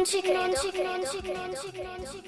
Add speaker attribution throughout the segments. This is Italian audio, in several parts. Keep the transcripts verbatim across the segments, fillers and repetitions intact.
Speaker 1: Non ci credo, non ci credo, non ci credo, non ci credo, non ci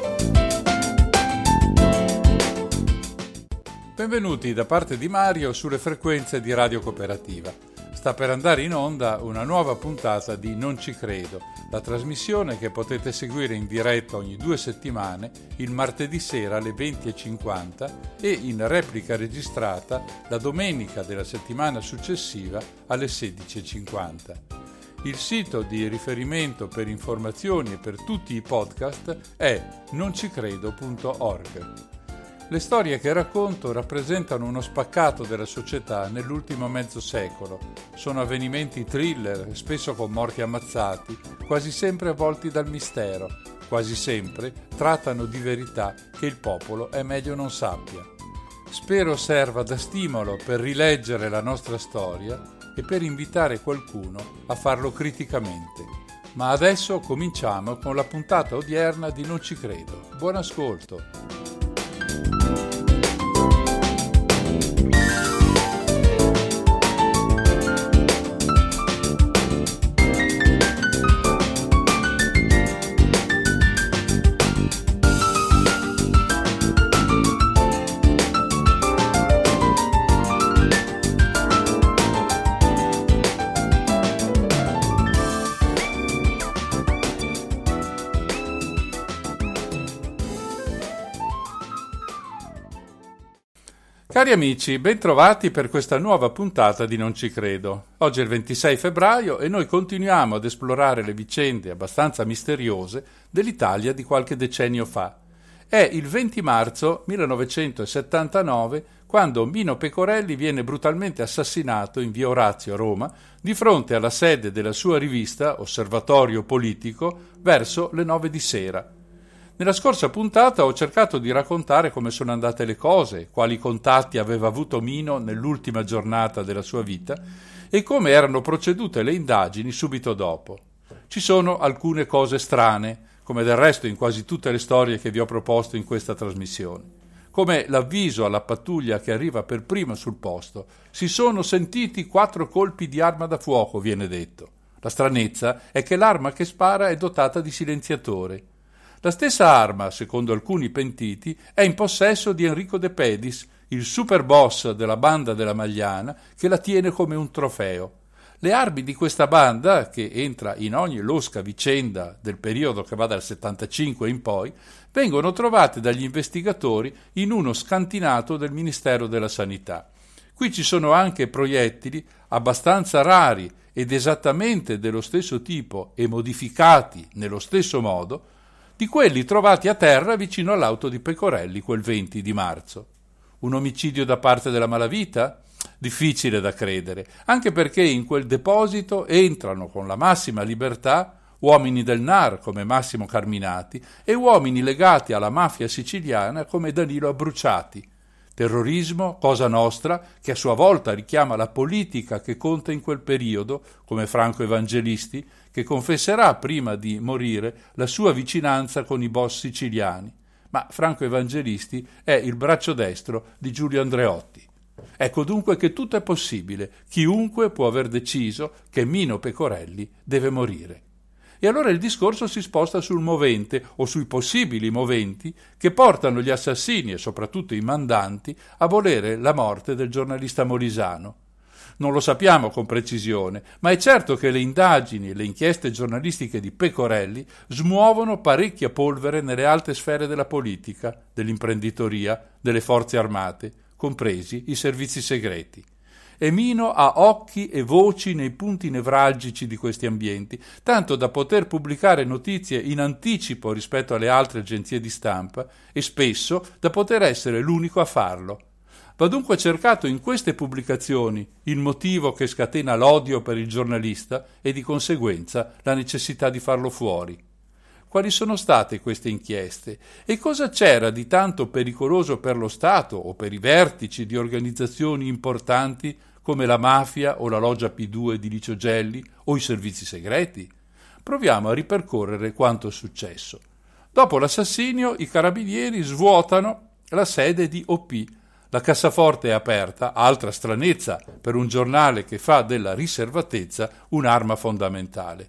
Speaker 1: credo.
Speaker 2: Benvenuti da parte di Mario sulle frequenze di Radio Cooperativa. Sta per andare in onda una nuova puntata di Non ci credo, la trasmissione che potete seguire in diretta ogni due settimane, il martedì sera alle venti e cinquanta e in replica registrata la domenica della settimana successiva alle sedici e cinquanta. Il sito di riferimento per informazioni e per tutti i podcast è non ci credo punto org. Le storie che racconto rappresentano uno spaccato della società nell'ultimo mezzo secolo. Sono avvenimenti thriller, spesso con morti ammazzati, quasi sempre avvolti dal mistero. Quasi sempre trattano di verità che il popolo è meglio non sappia. Spero serva da stimolo per rileggere la nostra storia e per invitare qualcuno a farlo criticamente. Ma adesso cominciamo con la puntata odierna di Non ci credo. Buon ascolto! Cari amici, bentrovati per questa nuova puntata di Non ci credo. Oggi è il ventisei febbraio e noi continuiamo ad esplorare le vicende abbastanza misteriose dell'Italia di qualche decennio fa. È il venti marzo millenovecentosettantanove quando Mino Pecorelli viene brutalmente assassinato in via Orazio a Roma di fronte alla sede della sua rivista Osservatorio Politico verso le nove di sera. Nella scorsa puntata ho cercato di raccontare come sono andate le cose, quali contatti aveva avuto Mino nell'ultima giornata della sua vita e come erano procedute le indagini subito dopo. Ci sono alcune cose strane, come del resto in quasi tutte le storie che vi ho proposto in questa trasmissione. Come l'avviso alla pattuglia che arriva per prima sul posto. Si sono sentiti quattro colpi di arma da fuoco, viene detto. La stranezza è che l'arma che spara è dotata di silenziatore. La stessa arma, secondo alcuni pentiti, è in possesso di Enrico De Pedis, il super boss della banda della Magliana, che la tiene come un trofeo. Le armi di questa banda, che entra in ogni losca vicenda del periodo che va dal settantacinque in poi, vengono trovate dagli investigatori in uno scantinato del Ministero della Sanità. Qui ci sono anche proiettili abbastanza rari ed esattamente dello stesso tipo e modificati nello stesso modo di quelli trovati a terra vicino all'auto di Pecorelli quel venti di marzo. Un omicidio da parte della malavita? Difficile da credere, anche perché in quel deposito entrano con la massima libertà uomini del N A R come Massimo Carminati e uomini legati alla mafia siciliana come Danilo Abbruciati. Terrorismo, Cosa Nostra, che a sua volta richiama la politica che conta in quel periodo, come Franco Evangelisti, che confesserà prima di morire la sua vicinanza con i boss siciliani. Ma Franco Evangelisti è il braccio destro di Giulio Andreotti. Ecco dunque che tutto è possibile, chiunque può aver deciso che Mino Pecorelli deve morire. E allora il discorso si sposta sul movente o sui possibili moventi che portano gli assassini e soprattutto i mandanti a volere la morte del giornalista molisano. Non lo sappiamo con precisione, ma è certo che le indagini e le inchieste giornalistiche di Pecorelli smuovono parecchia polvere nelle alte sfere della politica, dell'imprenditoria, delle forze armate, compresi i servizi segreti. E Mino ha occhi e voci nei punti nevralgici di questi ambienti, tanto da poter pubblicare notizie in anticipo rispetto alle altre agenzie di stampa e spesso da poter essere l'unico a farlo. Va dunque cercato in queste pubblicazioni il motivo che scatena l'odio per il giornalista e di conseguenza la necessità di farlo fuori. Quali sono state queste inchieste e cosa c'era di tanto pericoloso per lo Stato o per i vertici di organizzazioni importanti come la mafia o la loggia P due di Licio Gelli o i servizi segreti? Proviamo a ripercorrere quanto è successo. Dopo l'assassinio i carabinieri svuotano la sede di O P. La cassaforte è aperta, altra stranezza per un giornale che fa della riservatezza un'arma fondamentale.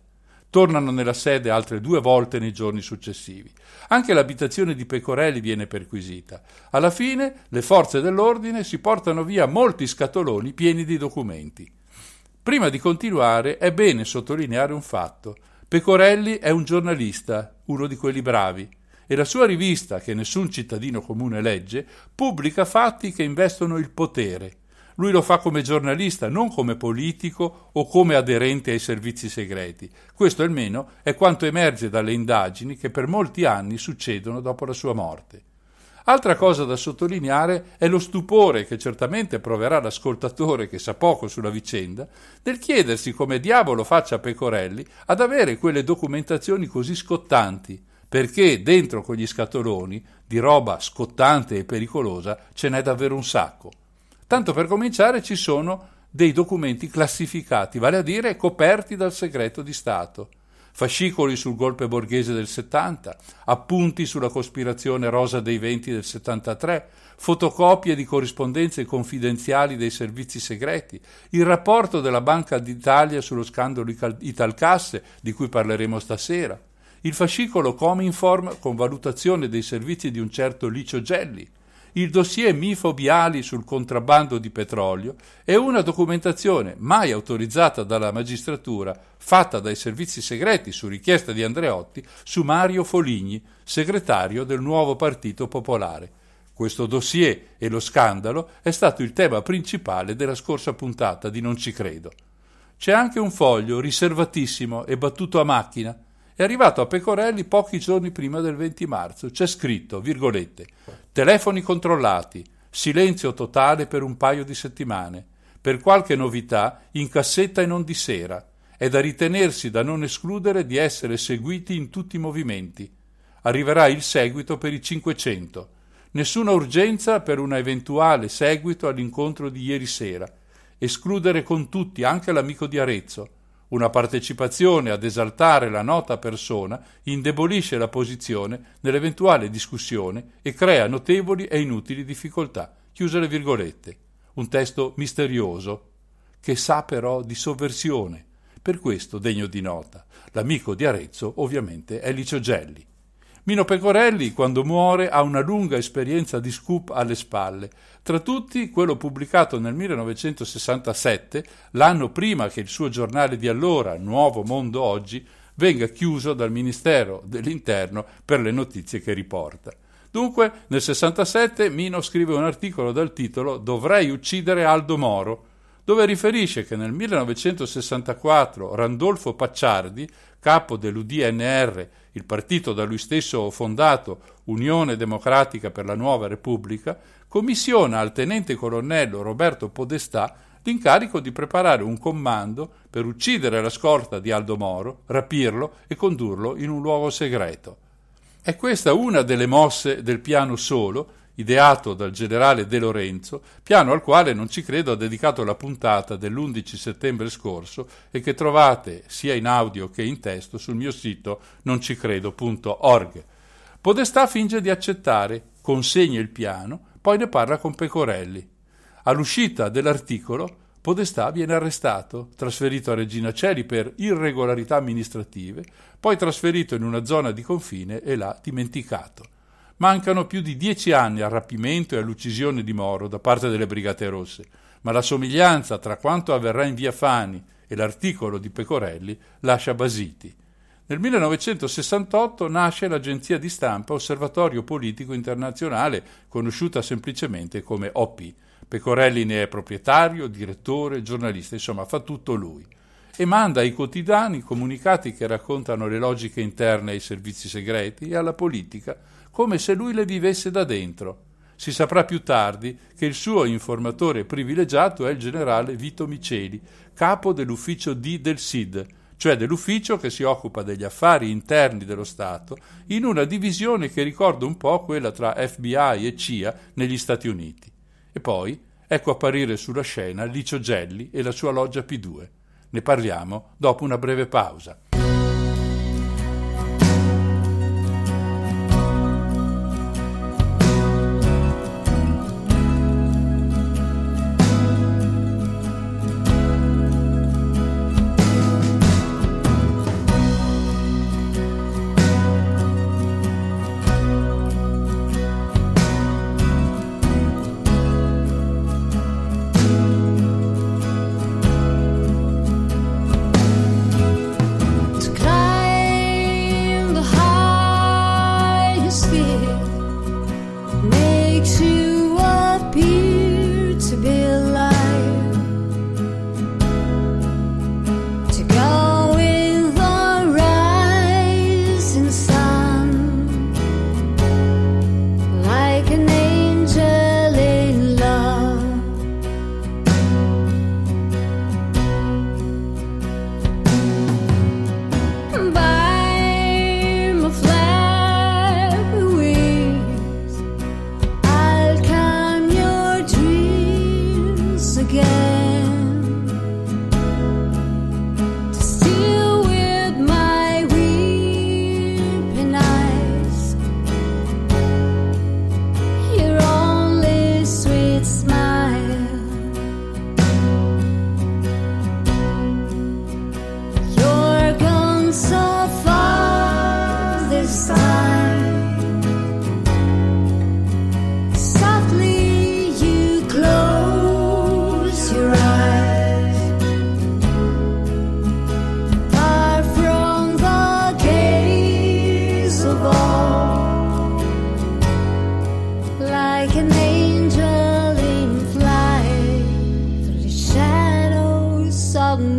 Speaker 2: Tornano nella sede altre due volte nei giorni successivi. Anche l'abitazione di Pecorelli viene perquisita. Alla fine le forze dell'ordine si portano via molti scatoloni pieni di documenti. Prima di continuare è bene sottolineare un fatto. Pecorelli è un giornalista, uno di quelli bravi, e la sua rivista, che nessun cittadino comune legge, pubblica fatti che investono il potere. Lui lo fa come giornalista, non come politico o come aderente ai servizi segreti. Questo almeno è quanto emerge dalle indagini che per molti anni succedono dopo la sua morte. Altra cosa da sottolineare è lo stupore che certamente proverà l'ascoltatore che sa poco sulla vicenda nel chiedersi come diavolo faccia Pecorelli ad avere quelle documentazioni così scottanti, perché dentro quegli scatoloni di roba scottante e pericolosa ce n'è davvero un sacco. Tanto per cominciare ci sono dei documenti classificati, vale a dire coperti dal segreto di Stato. Fascicoli sul golpe borghese del settanta, appunti sulla cospirazione Rosa dei Venti del settantatré, fotocopie di corrispondenze confidenziali dei servizi segreti, il rapporto della Banca d'Italia sullo scandalo Italcasse, di cui parleremo stasera, il fascicolo Cominform con valutazione dei servizi di un certo Licio Gelli, il dossier Mifo-Biali sul contrabbando di petrolio e una documentazione mai autorizzata dalla magistratura fatta dai servizi segreti su richiesta di Andreotti su Mario Foligni, segretario del Nuovo Partito Popolare. Questo dossier e lo scandalo è stato il tema principale della scorsa puntata di Non ci credo. C'è anche un foglio riservatissimo e battuto a macchina. È arrivato a Pecorelli pochi giorni prima del venti marzo. C'è scritto, virgolette, telefoni controllati, silenzio totale per un paio di settimane. Per qualche novità, in cassetta e non di sera. È da ritenersi da non escludere di essere seguiti in tutti i movimenti. Arriverà il seguito per i cinquecento. Nessuna urgenza per un eventuale seguito all'incontro di ieri sera. Escludere con tutti, anche l'amico di Arezzo. Una partecipazione ad esaltare la nota persona indebolisce la posizione nell'eventuale discussione e crea notevoli e inutili difficoltà. Chiuse le virgolette. Un testo misterioso, che sa però di sovversione. Per questo degno di nota. L'amico di Arezzo, ovviamente, è Licio Gelli. Mino Pecorelli, quando muore, ha una lunga esperienza di scoop alle spalle, tra tutti quello pubblicato nel millenovecentosessantasette, l'anno prima che il suo giornale di allora, Nuovo Mondo Oggi, venga chiuso dal Ministero dell'Interno per le notizie che riporta. Dunque, nel sessantasette Mino scrive un articolo dal titolo «Dovrei uccidere Aldo Moro», dove riferisce che nel millenovecentosessantaquattro Randolfo Pacciardi, capo dell'U D N R, il partito da lui stesso fondato Unione Democratica per la Nuova Repubblica, commissiona al tenente colonnello Roberto Podestà l'incarico di preparare un comando per uccidere la scorta di Aldo Moro, rapirlo e condurlo in un luogo segreto. È questa una delle mosse del piano Solo, ideato dal generale De Lorenzo, piano al quale Non ci credo ha dedicato la puntata dell'undici settembre scorso e che trovate sia in audio che in testo sul mio sito non ci credo punto org. Podestà finge di accettare, consegna il piano, poi ne parla con Pecorelli. All'uscita dell'articolo, Podestà viene arrestato, trasferito a Regina Coeli per irregolarità amministrative, poi trasferito in una zona di confine e là dimenticato. Mancano più di dieci anni al rapimento e all'uccisione di Moro da parte delle Brigate Rosse, ma la somiglianza tra quanto avverrà in via Fani e l'articolo di Pecorelli lascia basiti. Nel millenovecentosessantotto nasce l'agenzia di stampa Osservatorio Politico Internazionale, conosciuta semplicemente come O P. Pecorelli ne è proprietario, direttore, giornalista, insomma fa tutto lui. E manda ai quotidiani comunicati che raccontano le logiche interne ai servizi segreti e alla politica, come se lui le vivesse da dentro. Si saprà più tardi che il suo informatore privilegiato è il generale Vito Miceli, capo dell'ufficio D del S I D, cioè dell'ufficio che si occupa degli affari interni dello Stato, in una divisione che ricorda un po' quella tra F B I e C I A negli Stati Uniti. E poi ecco apparire sulla scena Licio Gelli e la sua loggia P due. Ne parliamo dopo una breve pausa.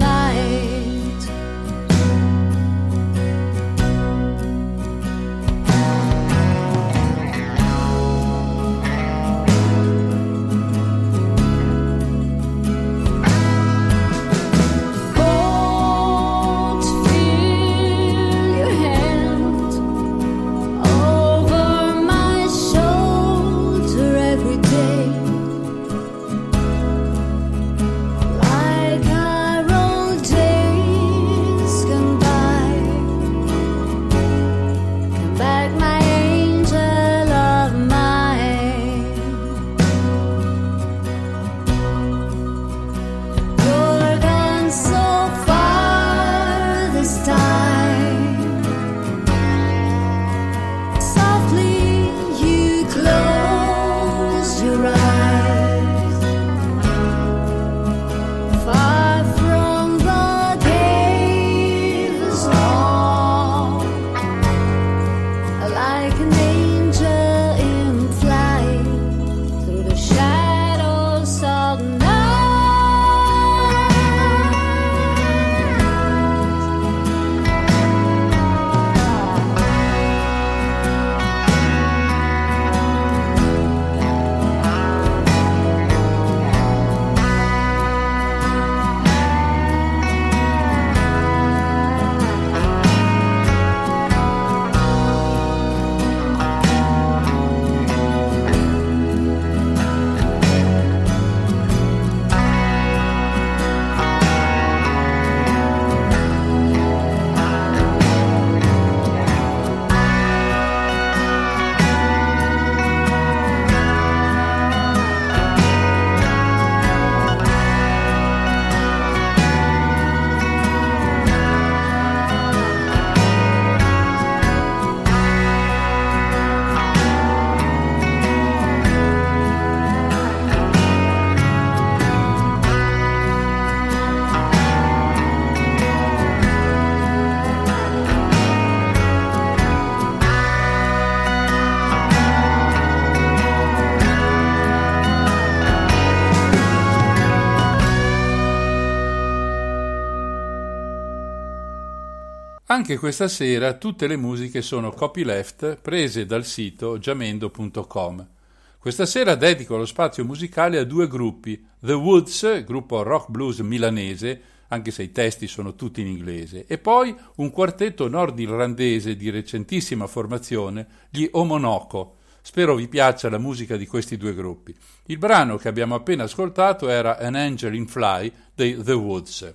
Speaker 2: Anche questa sera tutte le musiche sono copyleft prese dal sito jamendo punto com. Questa sera dedico lo spazio musicale a due gruppi, The Woods, gruppo rock blues milanese, anche se i testi sono tutti in inglese, e poi un quartetto nord-irlandese di recentissima formazione, gli Omonoko. Spero vi piaccia la musica di questi due gruppi. Il brano che abbiamo appena ascoltato era An Angel in Fly dei The Woods.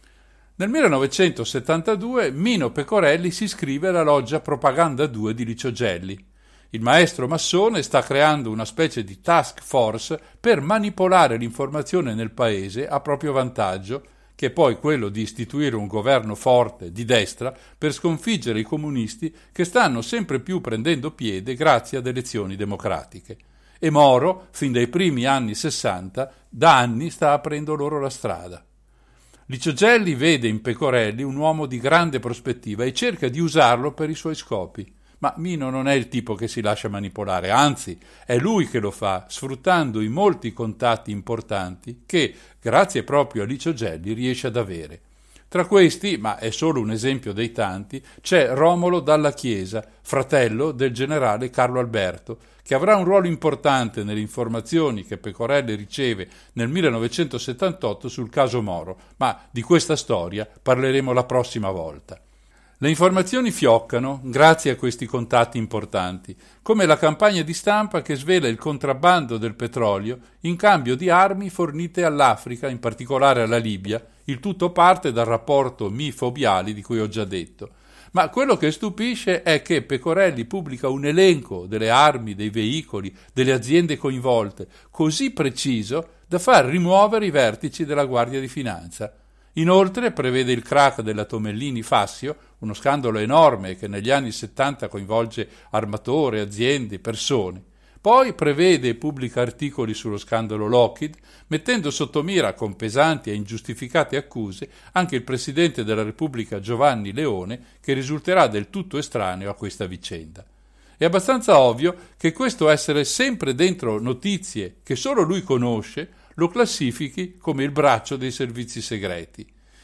Speaker 2: Nel millenovecentosettantadue Mino Pecorelli si iscrive alla loggia Propaganda due di Licio Gelli. Il maestro massone sta creando una specie di task force per manipolare l'informazione nel paese a proprio vantaggio, che è poi quello di istituire un governo forte di destra per sconfiggere i comunisti che stanno sempre più prendendo piede grazie ad elezioni democratiche. E Moro, fin dai primi anni sessanta, da anni sta aprendo loro la strada. Licio Gelli vede in Pecorelli un uomo di grande prospettiva e cerca di usarlo per i suoi scopi. Ma Mino non è il tipo che si lascia manipolare, anzi, è lui che lo fa, sfruttando i molti contatti importanti che, grazie proprio a Licio Gelli, riesce ad avere. Tra questi, ma è solo un esempio dei tanti, c'è Romolo Dalla Chiesa, fratello del generale Carlo Alberto, che avrà un ruolo importante nelle informazioni che Pecorelli riceve nel millenovecentosettantotto sul caso Moro, ma di questa storia parleremo la prossima volta. Le informazioni fioccano grazie a questi contatti importanti, come la campagna di stampa che svela il contrabbando del petrolio in cambio di armi fornite all'Africa, in particolare alla Libia. Il tutto parte dal rapporto M I F-Obiali di cui ho già detto. Ma quello che stupisce è che Pecorelli pubblica un elenco delle armi, dei veicoli, delle aziende coinvolte, così preciso da far rimuovere i vertici della Guardia di Finanza. Inoltre prevede il crack della Tomellini Fassio, uno scandalo enorme che negli anni settanta coinvolge armatori, aziende, persone. Poi prevede e pubblica articoli sullo scandalo Lockheed, mettendo sotto mira con pesanti e ingiustificate accuse anche il presidente della Repubblica Giovanni Leone, che risulterà del tutto estraneo a questa vicenda. È abbastanza ovvio che questo essere sempre dentro notizie che solo lui conosce lo classifichi come il braccio dei servizi segreti.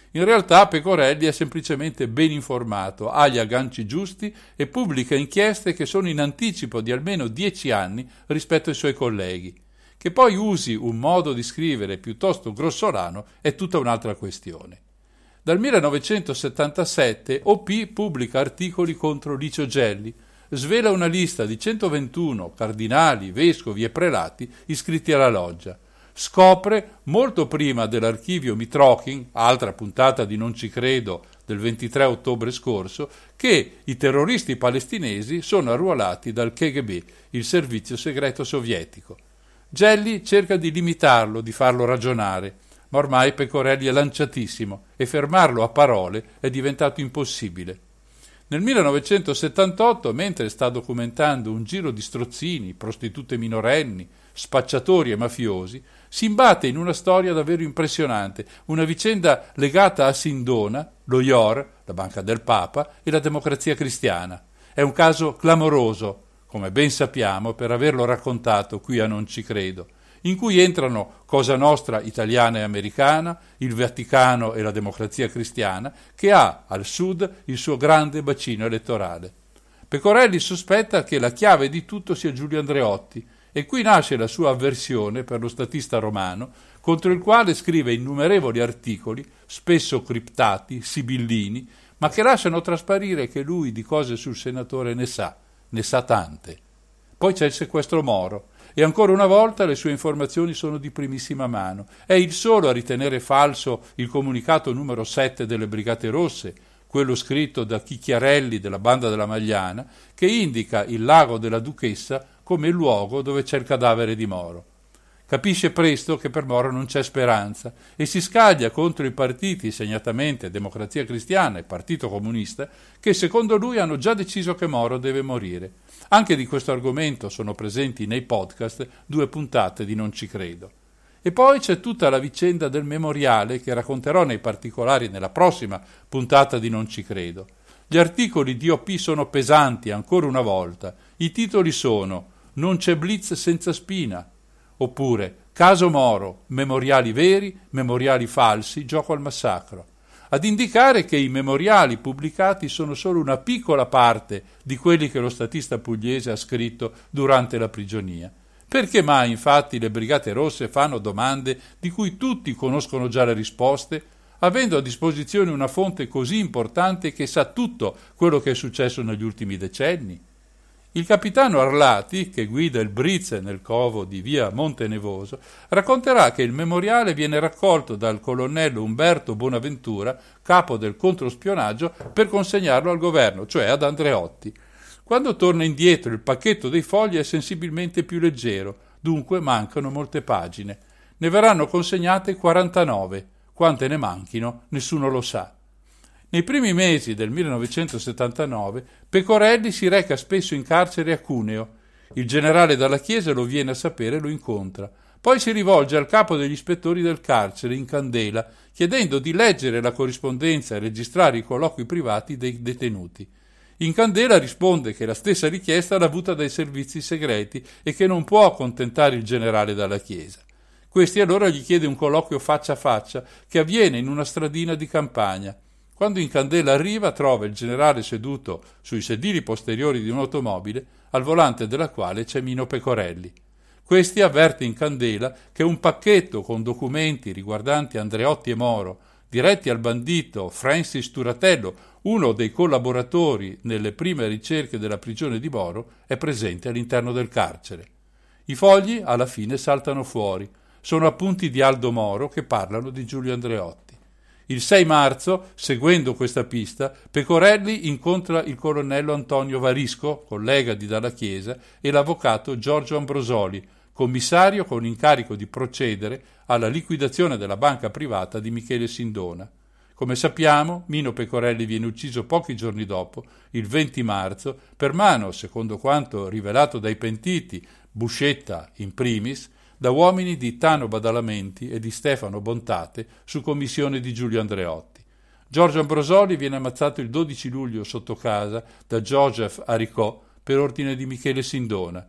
Speaker 2: In realtà Pecorelli è semplicemente ben informato, ha gli agganci giusti e pubblica inchieste che sono in anticipo di almeno dieci anni rispetto ai suoi colleghi. Che poi usi un modo di scrivere piuttosto grossolano è tutta un'altra questione. Dal millenovecentosettantasette O P pubblica articoli contro Licio Gelli, svela una lista di centoventuno cardinali, vescovi e prelati iscritti alla loggia. Scopre, molto prima dell'archivio Mitrokhin, altra puntata di Non ci credo del ventitré ottobre scorso, che i terroristi palestinesi sono arruolati dal K G B, il servizio segreto sovietico. Gelli cerca di limitarlo, di farlo ragionare, ma ormai Pecorelli è lanciatissimo e fermarlo a parole è diventato impossibile. Nel millenovecentosettantotto, mentre sta documentando un giro di strozzini, prostitute minorenni, spacciatori e mafiosi, si imbatte in una storia davvero impressionante, una vicenda legata a Sindona, lo I O R, la Banca del Papa, e la Democrazia Cristiana. È un caso clamoroso, come ben sappiamo, per averlo raccontato qui a Non ci credo, in cui entrano Cosa Nostra italiana e americana, il Vaticano e la Democrazia Cristiana, che ha al sud il suo grande bacino elettorale. Pecorelli sospetta che la chiave di tutto sia Giulio Andreotti, e qui nasce la sua avversione per lo statista romano, contro il quale scrive innumerevoli articoli, spesso criptati, sibillini, ma che lasciano trasparire che lui di cose sul senatore ne sa, ne sa tante. Poi c'è il sequestro Moro, e ancora una volta le sue informazioni sono di primissima mano. È il solo a ritenere falso il comunicato numero sette delle Brigate Rosse, quello scritto da Chicchiarelli della Banda della Magliana, che indica il lago della Duchessa come il luogo dove c'è il cadavere di Moro. Capisce presto che per Moro non c'è speranza e si scaglia contro i partiti, segnatamente Democrazia Cristiana e Partito Comunista, che secondo lui hanno già deciso che Moro deve morire. Anche di questo argomento sono presenti nei podcast due puntate di Non ci credo. E poi c'è tutta la vicenda del memoriale che racconterò nei particolari nella prossima puntata di Non ci credo. Gli articoli di O P sono pesanti ancora una volta. I titoli sono Non c'è blitz senza spina, oppure Caso Moro, memoriali veri, memoriali falsi, gioco al massacro, ad indicare che i memoriali pubblicati sono solo una piccola parte di quelli che lo statista pugliese ha scritto durante la prigionia. Perché mai, infatti, le Brigate Rosse fanno domande di cui tutti conoscono già le risposte, avendo a disposizione una fonte così importante che sa tutto quello che è successo negli ultimi decenni? Il capitano Arlati, che guida il Brizz nel covo di via Montenevoso, racconterà che il memoriale viene raccolto dal colonnello Umberto Bonaventura, capo del controspionaggio, per consegnarlo al governo, cioè ad Andreotti. Quando torna indietro il pacchetto dei fogli è sensibilmente più leggero, dunque mancano molte pagine. Ne verranno consegnate quarantanove. Quante ne manchino, nessuno lo sa. Nei primi mesi del millenovecentosettantanove Pecorelli si reca spesso in carcere a Cuneo. Il generale Dalla Chiesa lo viene a sapere e lo incontra. Poi si rivolge al capo degli ispettori del carcere, in candela, chiedendo di leggere la corrispondenza e registrare i colloqui privati dei detenuti. In candela risponde che la stessa richiesta l'ha avuta dai servizi segreti e che non può accontentare il generale Dalla Chiesa. Questi allora gli chiede un colloquio faccia a faccia che avviene in una stradina di campagna. Quando in candela arriva trova il generale seduto sui sedili posteriori di un'automobile al volante della quale c'è Mino Pecorelli. Questi avverte in candela che un pacchetto con documenti riguardanti Andreotti e Moro diretti al bandito Francis Turatello, uno dei collaboratori nelle prime ricerche della prigione di Moro, è presente all'interno del carcere. I fogli alla fine saltano fuori. Sono appunti di Aldo Moro che parlano di Giulio Andreotti. Il sei marzo, seguendo questa pista, Pecorelli incontra il colonnello Antonio Varisco, collega di Dalla Chiesa, e l'avvocato Giorgio Ambrosoli, commissario con incarico di procedere alla liquidazione della banca privata di Michele Sindona. Come sappiamo, Mino Pecorelli viene ucciso pochi giorni dopo, il venti marzo, per mano, secondo quanto rivelato dai pentiti, Buscetta in primis, da uomini di Tano Badalamenti e di Stefano Bontate su commissione di Giulio Andreotti. Giorgio Ambrosoli viene ammazzato il dodici luglio sotto casa da Joseph Aricò per ordine di Michele Sindona.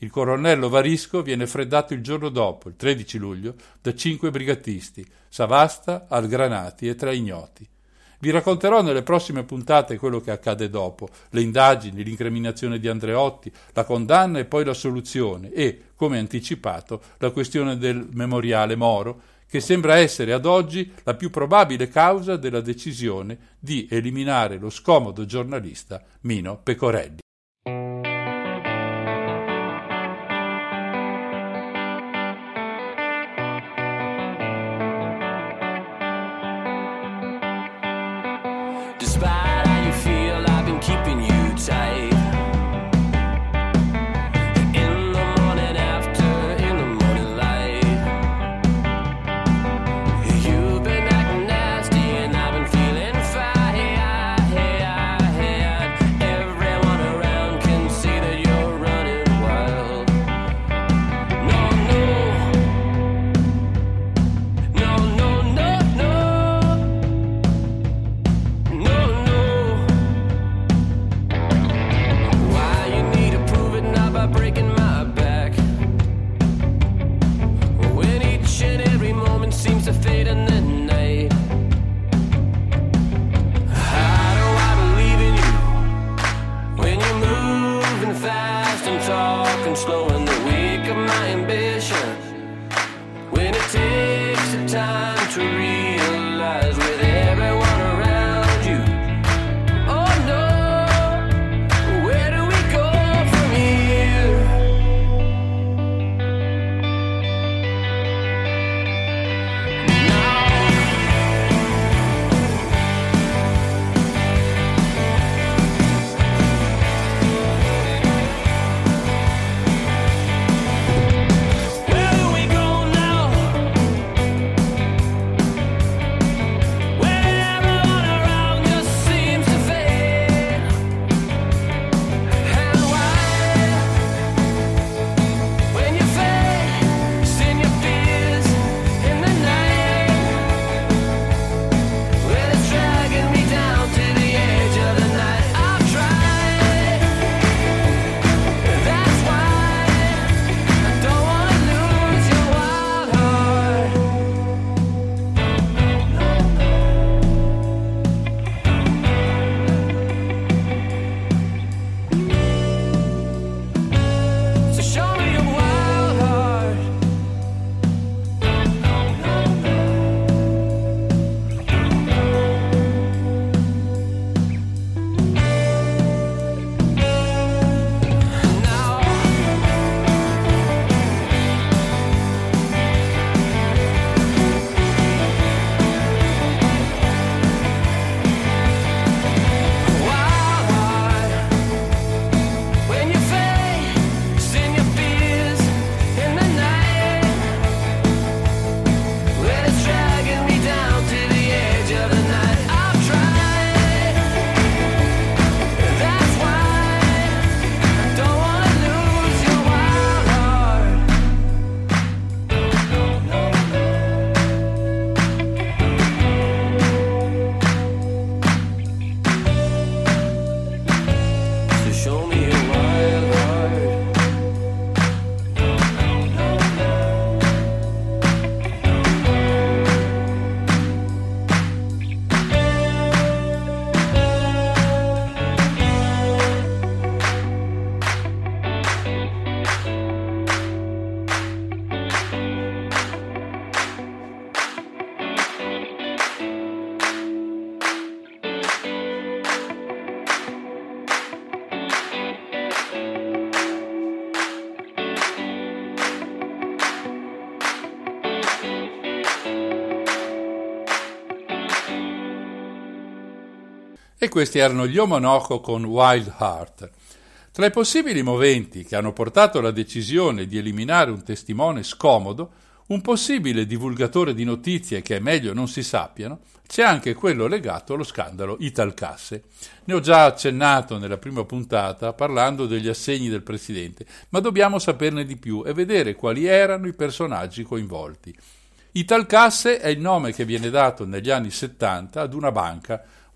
Speaker 2: Il colonnello Varisco viene freddato il giorno dopo, il tredici luglio, da cinque brigatisti, Savasta, Algranati e tre ignoti. Vi racconterò nelle prossime puntate quello che accade dopo, le indagini, l'incriminazione di Andreotti, la condanna e poi la soluzione e, come anticipato, la questione del memoriale Moro, che sembra essere ad oggi la più probabile causa della decisione di eliminare lo scomodo giornalista Mino Pecorelli.
Speaker 3: Despite how you feel, I've been keeping you tight. In the morning after, in the morning light. You've been acting nasty and I've been feeling fine. Everyone around can see that you're running wild. No, no, no, no, no, no. No, no. Why you need to prove it now by breaking my back? When each and every moment seems to fade in the night. How do I believe in you when you're moving fast and talking slow and the weak of my ambition? When it takes the time to realize with everyone around you. Oh no, where do we go from here? Now, where do we go now? Where everyone around just seems to fade. And why, when you face in your fears in the night, when it's dragging me down to the edge of the night, I've tried. That's why I don't wanna lose your wild heart. So show me your wild heart. Now, wild heart. When you face in your fears in the night, when it's dragging me down to the edge of the night, I've tried. That's why I don't wanna lose your wild heart. So show me your wild heart.
Speaker 2: E questi erano gli Omonoco con Wild Heart. Tra i possibili moventi che hanno portato alla decisione di eliminare un testimone scomodo, un possibile divulgatore di notizie che è meglio non si sappiano, c'è anche quello legato allo scandalo Italcasse. Ne ho già accennato nella prima puntata parlando degli assegni del presidente, ma dobbiamo saperne di più e vedere quali erano i personaggi coinvolti. Italcasse è il nome che viene dato negli anni settanta ad una banca,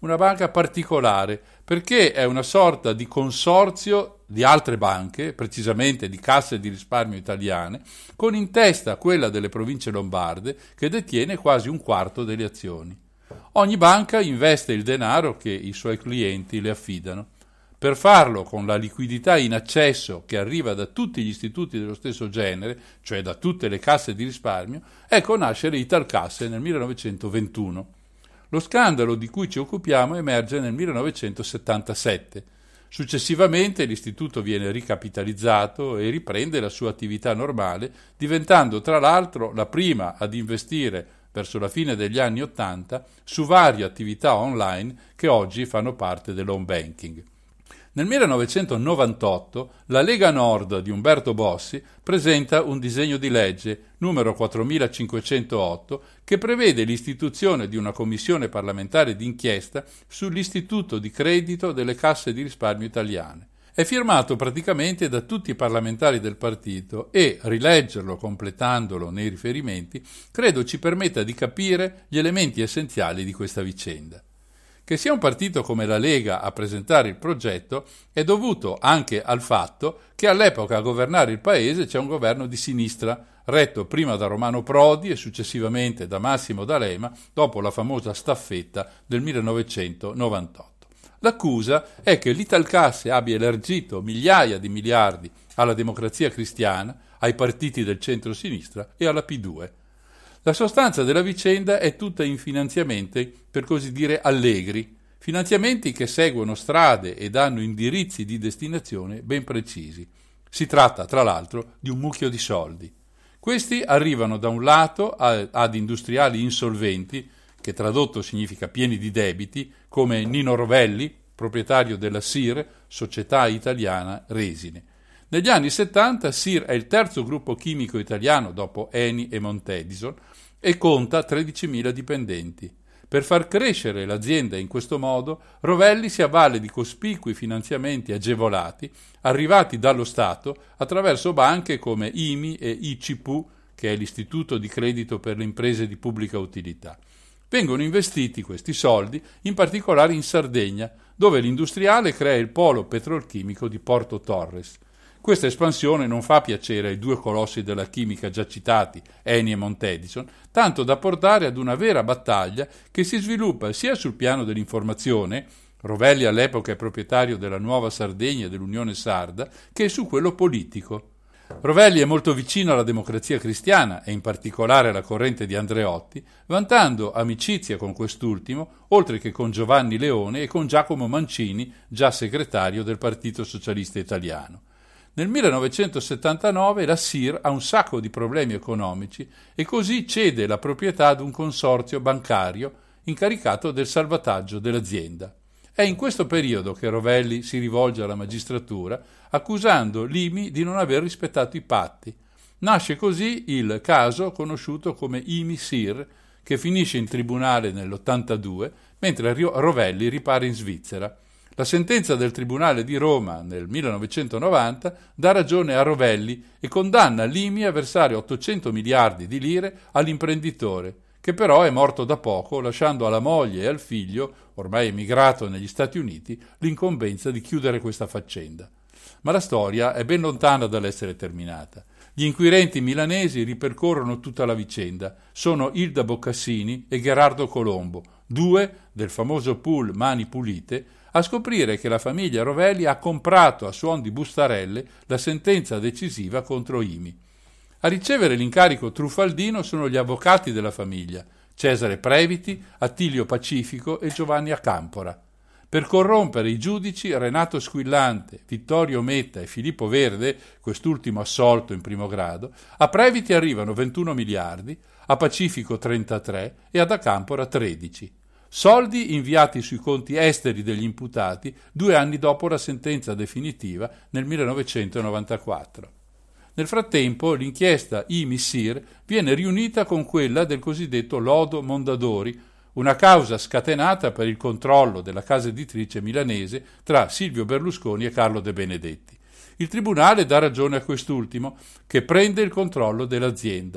Speaker 2: una banca particolare, perché è una sorta di consorzio di altre banche, precisamente di casse di risparmio italiane, con in testa quella delle province lombarde, che detiene quasi un quarto delle azioni. Ogni banca investe il denaro che i suoi clienti le affidano. Per farlo con la liquidità in accesso che arriva da tutti gli istituti dello stesso genere, cioè da tutte le casse di risparmio, ecco nascere Italcasse nel millenovecentoventuno. Lo scandalo di cui ci occupiamo emerge nel millenovecentosettantasette. Successivamente l'istituto viene ricapitalizzato e riprende la sua attività normale, diventando tra l'altro la prima ad investire verso la fine degli anni Ottanta su varie attività online che oggi fanno parte dell'home banking. Nel millenovecentonovantotto la Lega Nord di Umberto Bossi presenta un disegno di legge numero quattromilacinquecentootto che prevede l'istituzione di una commissione parlamentare d'inchiesta sull'istituto di credito delle casse di risparmio italiane. È firmato praticamente da tutti i parlamentari del partito e, rileggerlo completandolo nei riferimenti, credo ci permetta di capire gli elementi essenziali di questa vicenda. Che sia un partito come la Lega a presentare il progetto è dovuto anche al fatto che all'epoca a governare il paese c'è un governo di sinistra, retto prima da Romano Prodi e successivamente da Massimo D'Alema, dopo la famosa staffetta del millenovecentonovantotto. L'accusa è che l'Italcasse abbia elargito migliaia di miliardi alla Democrazia Cristiana, ai partiti del centro-sinistra e alla P due. La sostanza della vicenda è tutta in finanziamenti, per così dire, allegri, finanziamenti che seguono strade ed hanno indirizzi di destinazione ben precisi. Si tratta, tra l'altro, di un mucchio di soldi. Questi arrivano da un lato a, ad industriali insolventi, che tradotto significa pieni di debiti, come Nino Rovelli, proprietario della S I R, Società Italiana Resine. Negli anni settanta S I R è il terzo gruppo chimico italiano dopo Eni e Montedison e conta tredicimila dipendenti. Per far crescere l'azienda in questo modo, Rovelli si avvale di cospicui finanziamenti agevolati arrivati dallo Stato attraverso banche come I M I e I C P U, che è l'Istituto di Credito per le Imprese di Pubblica Utilità. Vengono investiti questi soldi in particolare in Sardegna, dove l'industriale crea il polo petrolchimico di Porto Torres. Questa espansione non fa piacere ai due colossi della chimica già citati, Eni e Montedison, tanto da portare ad una vera battaglia che si sviluppa sia sul piano dell'informazione, Rovelli all'epoca è proprietario della Nuova Sardegna e dell'Unione Sarda, che su quello politico. Rovelli è molto vicino alla Democrazia Cristiana e in particolare alla corrente di Andreotti, vantando amicizia con quest'ultimo, oltre che con Giovanni Leone e con Giacomo Mancini, già segretario del Partito Socialista Italiano. Nel millenovecentosettantanove la S I R ha un sacco di problemi economici e così cede la proprietà ad un consorzio bancario incaricato del salvataggio dell'azienda. È in questo periodo che Rovelli si rivolge alla magistratura accusando l'I M I di non aver rispettato i patti. Nasce così il caso conosciuto come I M I-S I R, che finisce in tribunale nell'ottantadue, mentre Rovelli ripara in Svizzera. La sentenza del Tribunale di Roma nel millenovecentonovanta dà ragione a Rovelli e condanna l'I M I a versare ottocento miliardi di lire all'imprenditore, che però è morto da poco, lasciando alla moglie e al figlio, ormai emigrato negli Stati Uniti, l'incombenza di chiudere questa faccenda. Ma la storia è ben lontana dall'essere terminata. Gli inquirenti milanesi ripercorrono tutta la vicenda. Sono Ilda Boccassini e Gerardo Colombo, due del famoso pool Mani Pulite, a scoprire che la famiglia Rovelli ha comprato a suon di bustarelle la sentenza decisiva contro I M I. A ricevere l'incarico truffaldino sono gli avvocati della famiglia, Cesare Previti, Attilio Pacifico e Giovanni Acampora. Per corrompere i giudici Renato Squillante, Vittorio Metta e Filippo Verde, quest'ultimo assolto in primo grado, a Previti arrivano ventuno miliardi, a Pacifico trentatré e ad Acampora tredici. Soldi inviati sui conti esteri degli imputati due anni dopo la sentenza definitiva nel millenovecentonovantaquattro. Nel frattempo l'inchiesta I M I-S I R viene riunita con quella del cosiddetto lodo Mondadori, una causa scatenata per il controllo della casa editrice milanese tra Silvio Berlusconi e Carlo De Benedetti. Il tribunale dà ragione a quest'ultimo, che prende il controllo dell'azienda.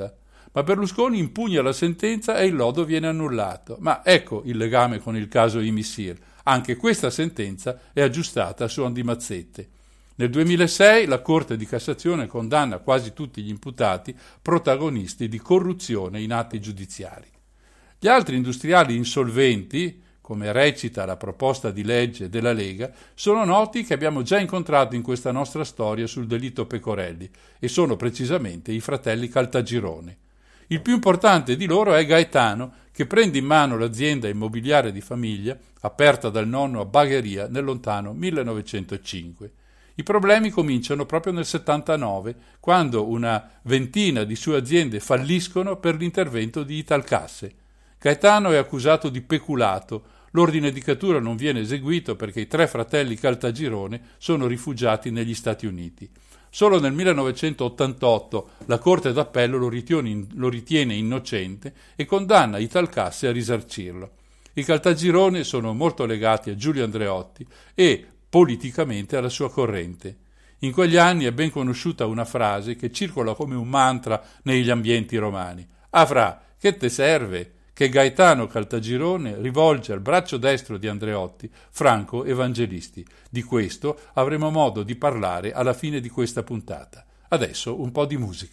Speaker 2: ma Berlusconi impugna la sentenza e il lodo viene annullato. Ma ecco il legame con il caso Imissir. Anche questa sentenza è aggiustata a suon di mazzette. Nel duemilasei la Corte di Cassazione condanna quasi tutti gli imputati protagonisti di corruzione in atti giudiziari. Gli altri industriali insolventi, come recita la proposta di legge della Lega, sono noti che abbiamo già incontrato in questa nostra storia sul delitto Pecorelli e sono precisamente i fratelli Caltagirone. Il più importante di loro è Gaetano, che prende in mano l'azienda immobiliare di famiglia aperta dal nonno a Bagheria nel lontano millenovecentocinque. I problemi cominciano proprio nel settantanove, quando una ventina di sue aziende falliscono per l'intervento di Italcasse. Gaetano è accusato di peculato. L'ordine di cattura non viene eseguito perché i tre fratelli Caltagirone sono rifugiati negli Stati Uniti. Solo nel millenovecentottantotto la Corte d'Appello lo ritiene, lo ritiene innocente e condanna Italcasse a risarcirlo. I Caltagirone sono molto legati a Giulio Andreotti e politicamente alla sua corrente. In quegli anni è ben conosciuta una frase che circola come un mantra negli ambienti romani. «Afra, che te serve?» che Gaetano Caltagirone rivolge al braccio destro di Andreotti, Franco Evangelisti. Di questo avremo modo di parlare alla fine di questa puntata. Adesso un po' di musica.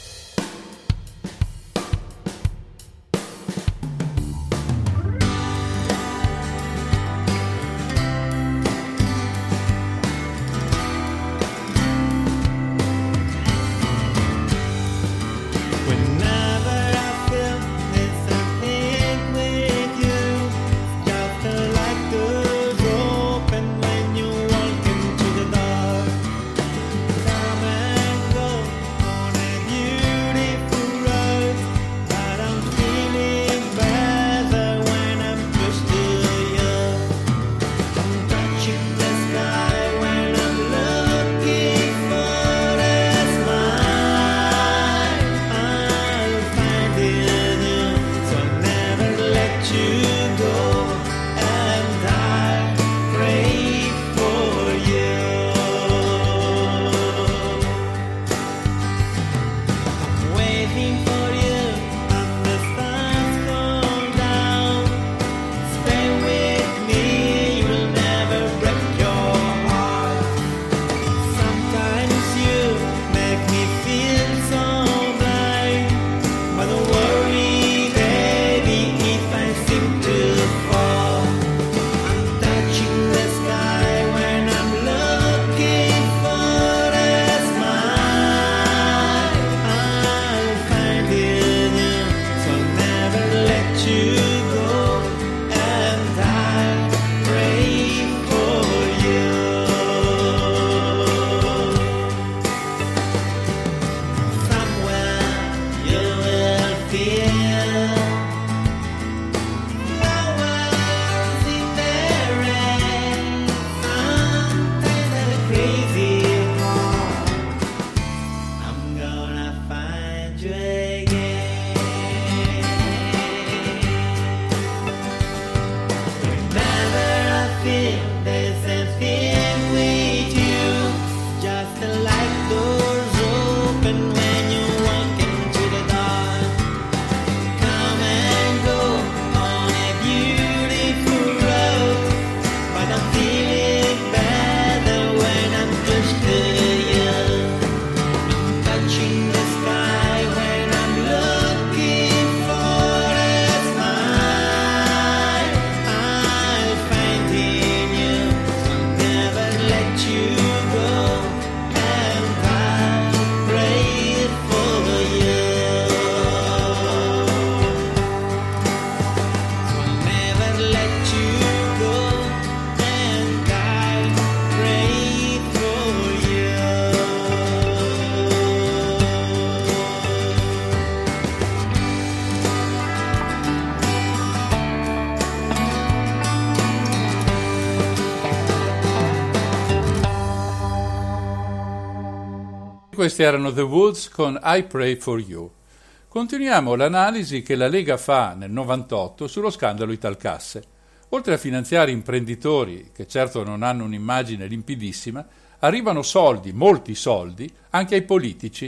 Speaker 2: Questi erano The Woods con I Pray For You. Continuiamo l'analisi che la Lega fa nel novantotto sullo scandalo Italcasse. Oltre a finanziare imprenditori, che certo non hanno un'immagine limpidissima, arrivano soldi, molti soldi, anche ai politici.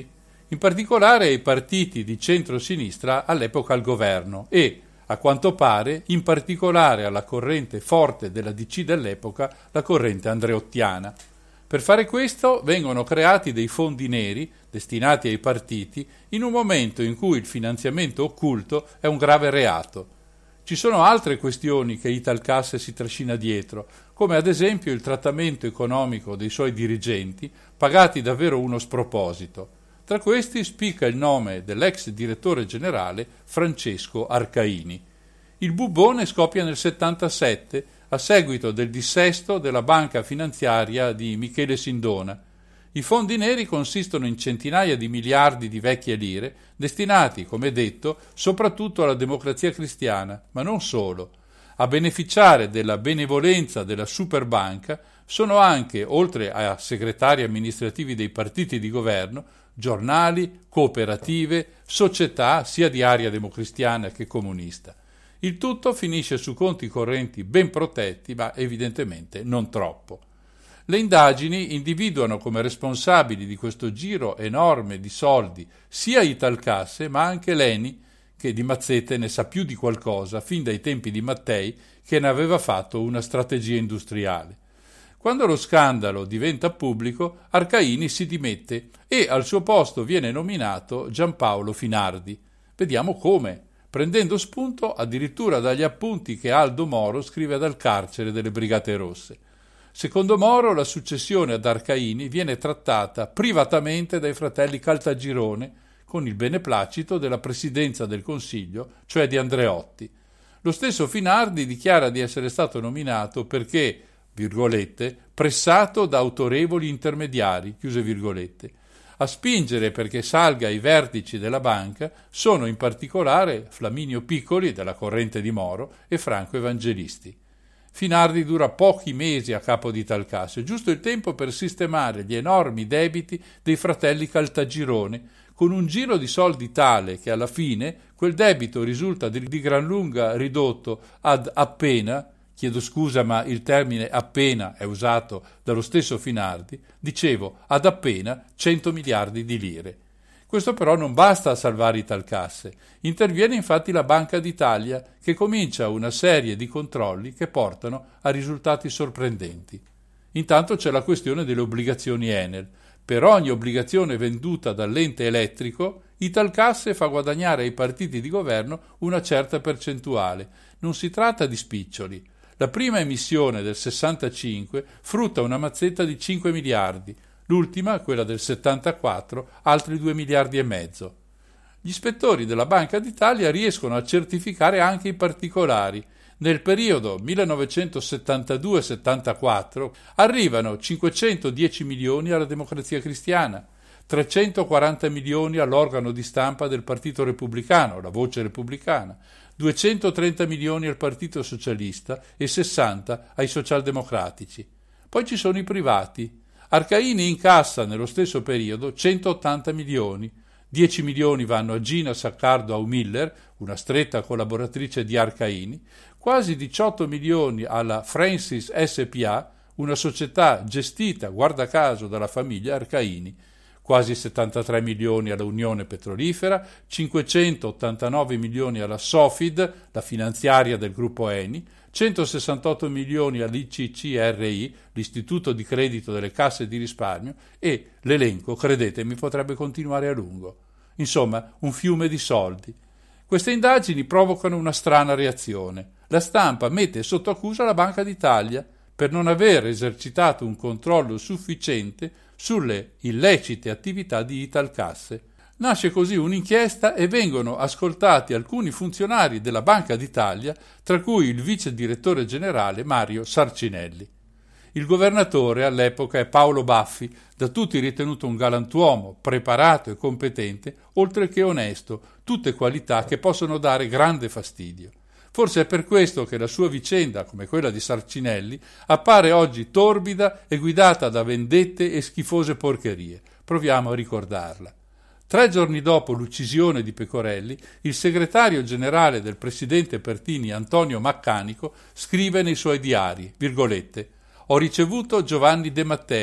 Speaker 2: in particolare ai partiti di centro-sinistra all'epoca al governo e, a quanto pare, in particolare alla corrente forte della D C dell'epoca, la corrente andreottiana. Per fare questo vengono creati dei fondi neri destinati ai partiti in un momento in cui il finanziamento occulto è un grave reato. Ci sono altre questioni che Italcasse si trascina dietro, come ad esempio il trattamento economico dei suoi dirigenti, pagati davvero uno sproposito. Tra questi spicca il nome dell'ex direttore generale Francesco Arcaini. Il bubbone scoppia nel settantasette a seguito del dissesto della banca finanziaria di Michele Sindona. I fondi neri consistono in centinaia di miliardi di vecchie lire, destinati, come detto, soprattutto alla Democrazia Cristiana, ma non solo. A beneficiare della benevolenza della superbanca sono anche, oltre a segretari amministrativi dei partiti di governo, giornali, cooperative, società sia di area democristiana che comunista. Il tutto finisce su conti correnti ben protetti, ma evidentemente non troppo. Le indagini individuano come responsabili di questo giro enorme di soldi sia Italcasse ma anche l'Eni, che di mazzette ne sa più di qualcosa fin dai tempi di Mattei, che ne aveva fatto una strategia industriale. Quando lo scandalo diventa pubblico, Arcaini si dimette e al suo posto viene nominato Giampaolo Finardi. Vediamo come, prendendo spunto addirittura dagli appunti che Aldo Moro scrive dal carcere delle Brigate Rosse. Secondo Moro, la successione ad Arcaini viene trattata privatamente dai fratelli Caltagirone, con il beneplacito della presidenza del Consiglio, cioè di Andreotti. Lo stesso Finardi dichiara di essere stato nominato perché, virgolette, pressato da autorevoli intermediari, chiuse virgolette. A spingere perché salga ai vertici della banca sono in particolare Flaminio Piccoli, della corrente di Moro, e Franco Evangelisti. Finardi dura pochi mesi a capo di Italcasse, giusto il tempo per sistemare gli enormi debiti dei fratelli Caltagirone, con un giro di soldi tale che alla fine quel debito risulta di, di gran lunga ridotto ad appena, chiedo scusa ma il termine appena è usato dallo stesso Finardi, dicevo ad appena cento miliardi di lire. Questo però non basta a salvare Italcasse. Interviene infatti la Banca d'Italia che comincia una serie di controlli che portano a risultati sorprendenti. Intanto c'è la questione delle obbligazioni Enel. Per ogni obbligazione venduta dall'ente elettrico, Italcasse fa guadagnare ai partiti di governo una certa percentuale. Non si tratta di spiccioli. La prima emissione del sessantacinque frutta una mazzetta di cinque miliardi, l'ultima, quella del settantaquattro, altri due miliardi e mezzo. Gli ispettori della Banca d'Italia riescono a certificare anche i particolari. Nel periodo millenovecentosettantadue settantaquattro arrivano cinquecentodieci milioni alla Democrazia Cristiana, trecentoquaranta milioni all'organo di stampa del Partito Repubblicano, la Voce Repubblicana, duecentotrenta milioni al Partito Socialista e sessanta ai Socialdemocratici. Poi ci sono i privati. Arcaini incassa nello stesso periodo centottanta milioni, dieci milioni vanno a Gina Saccardo Aumiller, una stretta collaboratrice di Arcaini, quasi diciotto milioni alla Francis S P A, una società gestita, guarda caso, dalla famiglia Arcaini, quasi settantatré milioni alla Unione Petrolifera, cinquecentottantanove milioni alla Sofid, la finanziaria del gruppo Eni, centosessantotto milioni all'I C C R I, l'Istituto di Credito delle Casse di Risparmio, e l'elenco, credetemi, potrebbe continuare a lungo. Insomma, un fiume di soldi. Queste indagini provocano una strana reazione. La stampa mette sotto accusa la Banca d'Italia per non aver esercitato un controllo sufficiente sulle illecite attività di Italcasse. Nasce così un'inchiesta e vengono ascoltati alcuni funzionari della Banca d'Italia, tra cui il vice direttore generale Mario Sarcinelli. Il governatore all'epoca è Paolo Baffi, da tutti ritenuto un galantuomo, preparato e competente, oltre che onesto, tutte qualità che possono dare grande fastidio. Forse è per questo che la sua vicenda, come quella di Sarcinelli, appare oggi torbida e guidata da vendette e schifose porcherie. Proviamo a ricordarla. Tre giorni dopo l'uccisione di Pecorelli, il segretario generale del presidente Pertini, Antonio Maccanico, scrive nei suoi diari, virgolette, «Ho ricevuto Giovanni De Matteo,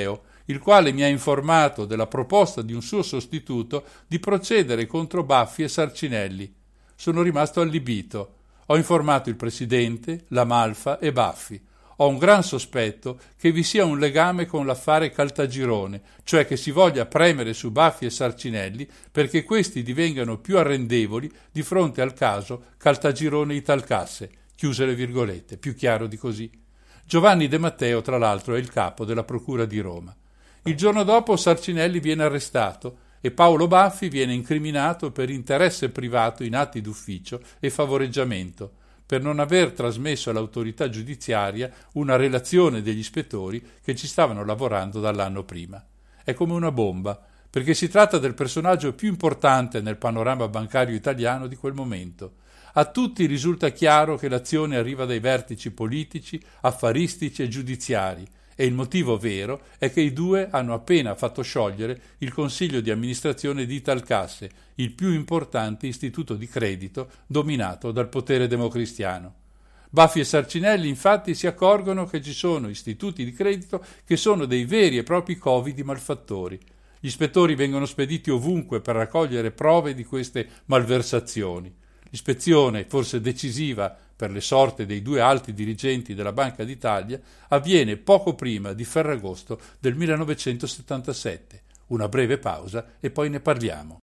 Speaker 2: il quale mi ha informato della proposta di un suo sostituto di procedere contro Baffi e Sarcinelli. Sono rimasto allibito. Ho informato il presidente, la Malfa e Baffi. Ho un gran sospetto che vi sia un legame con l'affare Caltagirone, cioè che si voglia premere su Baffi e Sarcinelli perché questi divengano più arrendevoli di fronte al caso Caltagirone-Italcasse, chiuse le virgolette, più chiaro di così. Giovanni De Matteo, tra l'altro, è il capo della Procura di Roma. Il giorno dopo Sarcinelli viene arrestato e Paolo Baffi viene incriminato per interesse privato in atti d'ufficio e favoreggiamento, per non aver trasmesso all'autorità giudiziaria una relazione degli ispettori che ci stavano lavorando dall'anno prima. È come una bomba, perché si tratta del personaggio più importante nel panorama bancario italiano di quel momento. A tutti risulta chiaro che l'azione arriva dai vertici politici, affaristici e giudiziari, e il motivo vero è che i due hanno appena fatto sciogliere il consiglio di amministrazione di Italcasse, il più importante istituto di credito dominato dal potere democristiano. Baffi e Sarcinelli infatti si accorgono che ci sono istituti di credito che sono dei veri e propri covi di malfattori. Gli ispettori vengono spediti ovunque per raccogliere prove di queste malversazioni. L'ispezione, forse decisiva per le sorti dei due alti dirigenti della Banca d'Italia, avviene poco prima di Ferragosto del millenovecentosettantasette. Una breve pausa e poi ne parliamo.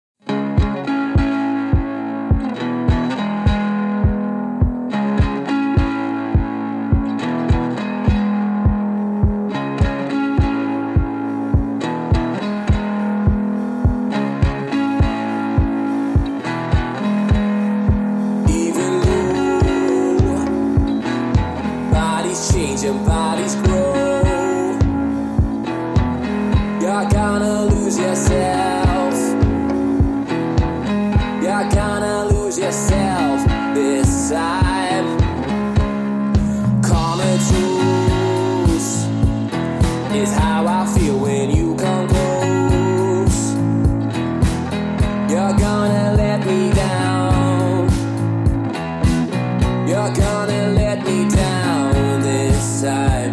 Speaker 3: Changing bodies grow. You're gonna lose yourself. You're gonna lose yourself this time. Common truth is how I feel when you come close. You're gonna let me down. You're gonna let me down. Time.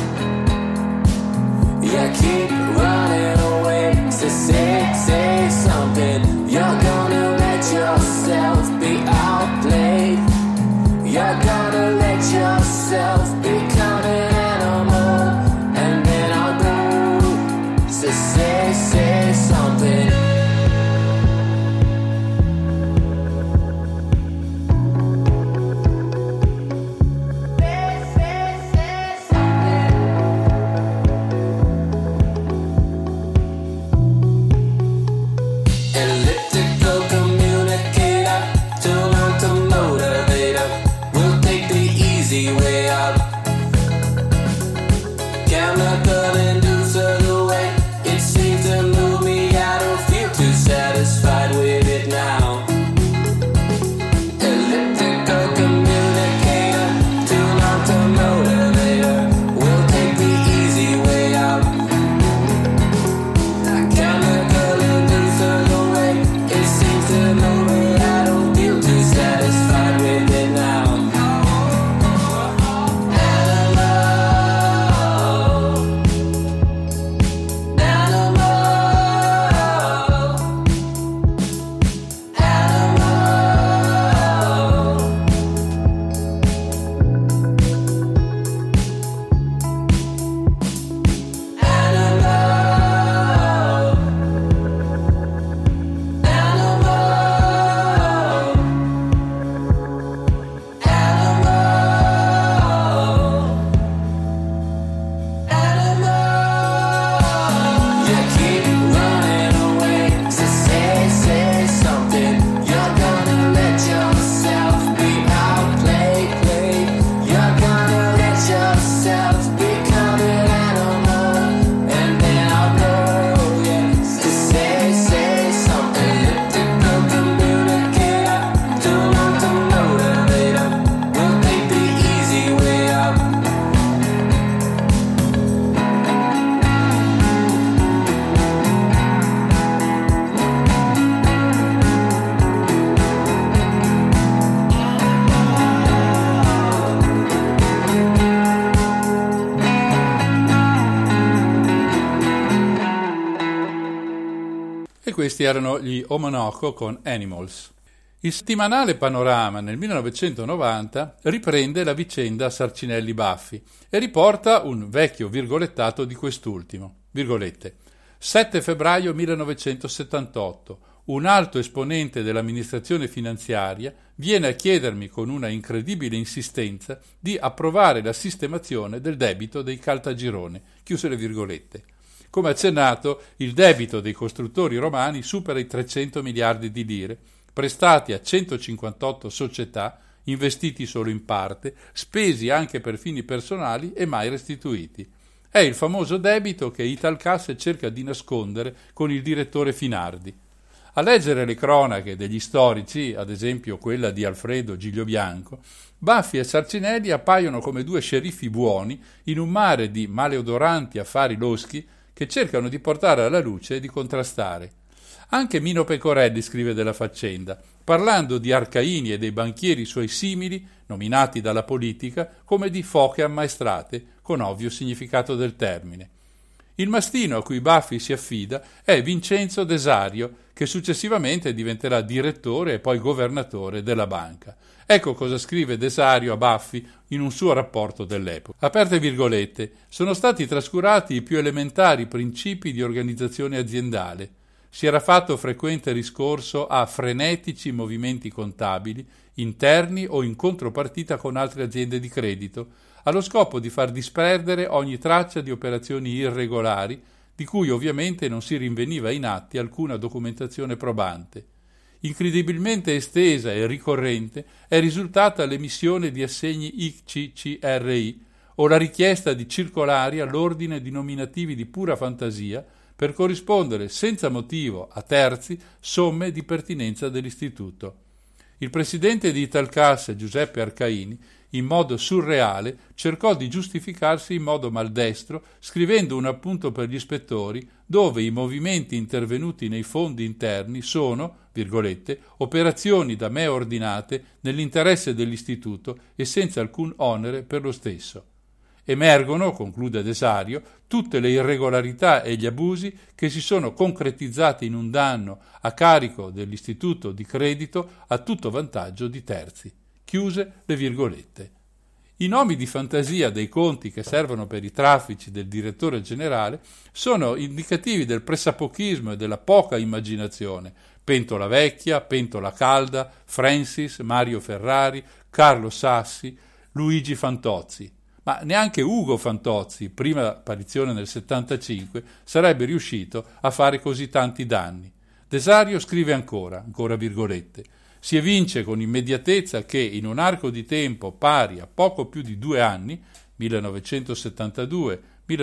Speaker 3: You keep running away, so say, say something. You're gonna let yourself be outplayed. You're gonna let yourself become an animal, and then I'll go, so say, say something. Way out.
Speaker 2: questi erano gli Omonoko con Animals. Il settimanale Panorama nel millenovecentonovanta riprende la vicenda Sarcinelli-Baffi e riporta un vecchio virgolettato di quest'ultimo. Virgolette. sette febbraio millenovecentosettantotto. Un alto esponente dell'amministrazione finanziaria viene a chiedermi con una incredibile insistenza di approvare la sistemazione del debito dei Caltagirone. Chiuse le virgolette. Come accennato, il debito dei costruttori romani supera i trecento miliardi di lire, prestati a centocinquantotto società, investiti solo in parte, spesi anche per fini personali e mai restituiti. È il famoso debito che Italcasse cerca di nascondere con il direttore Finardi. A leggere le cronache degli storici, ad esempio quella di Alfredo Gigliobianco, Baffi e Sarcinelli appaiono come due sceriffi buoni in un mare di maleodoranti affari loschi che cercano di portare alla luce e di contrastare. Anche Mino Pecorelli scrive della faccenda, parlando di Arcaini e dei banchieri suoi simili, nominati dalla politica, come di foche ammaestrate, con ovvio significato del termine. Il mastino a cui Baffi si affida è Vincenzo Desario, che successivamente diventerà direttore e poi governatore della banca. Ecco cosa scrive Desario a Baffi in un suo rapporto dell'epoca. Aperte virgolette, sono stati trascurati i più elementari principi di organizzazione aziendale. Si era fatto frequente riscorso a frenetici movimenti contabili, interni o in contropartita con altre aziende di credito, allo scopo di far disperdere ogni traccia di operazioni irregolari, di cui ovviamente non si rinveniva in atti alcuna documentazione probante. Incredibilmente estesa e ricorrente è risultata l'emissione di assegni I C C R I o la richiesta di circolari all'ordine di nominativi di pura fantasia per corrispondere senza motivo a terzi somme di pertinenza dell'istituto. Il presidente di Italcasse, Giuseppe Arcaini, in modo surreale, cercò di giustificarsi in modo maldestro, scrivendo un appunto per gli ispettori dove i movimenti intervenuti nei fondi interni sono, virgolette, operazioni da me ordinate nell'interesse dell'istituto e senza alcun onere per lo stesso. Emergono, conclude Desario, tutte le irregolarità e gli abusi che si sono concretizzati in un danno a carico dell'istituto di credito a tutto vantaggio di terzi. Chiuse le virgolette. I nomi di fantasia dei conti che servono per i traffici del direttore generale sono indicativi del pressapochismo e della poca immaginazione. Pentola Vecchia, Pentola Calda, Francis, Mario Ferrari, Carlo Sassi, Luigi Fantozzi. Ma neanche Ugo Fantozzi, prima apparizione nel settantacinque, sarebbe riuscito a fare così tanti danni. Desario scrive ancora, ancora virgolette, si evince con immediatezza che in un arco di tempo pari a poco più di due anni, millenovecentosettantadue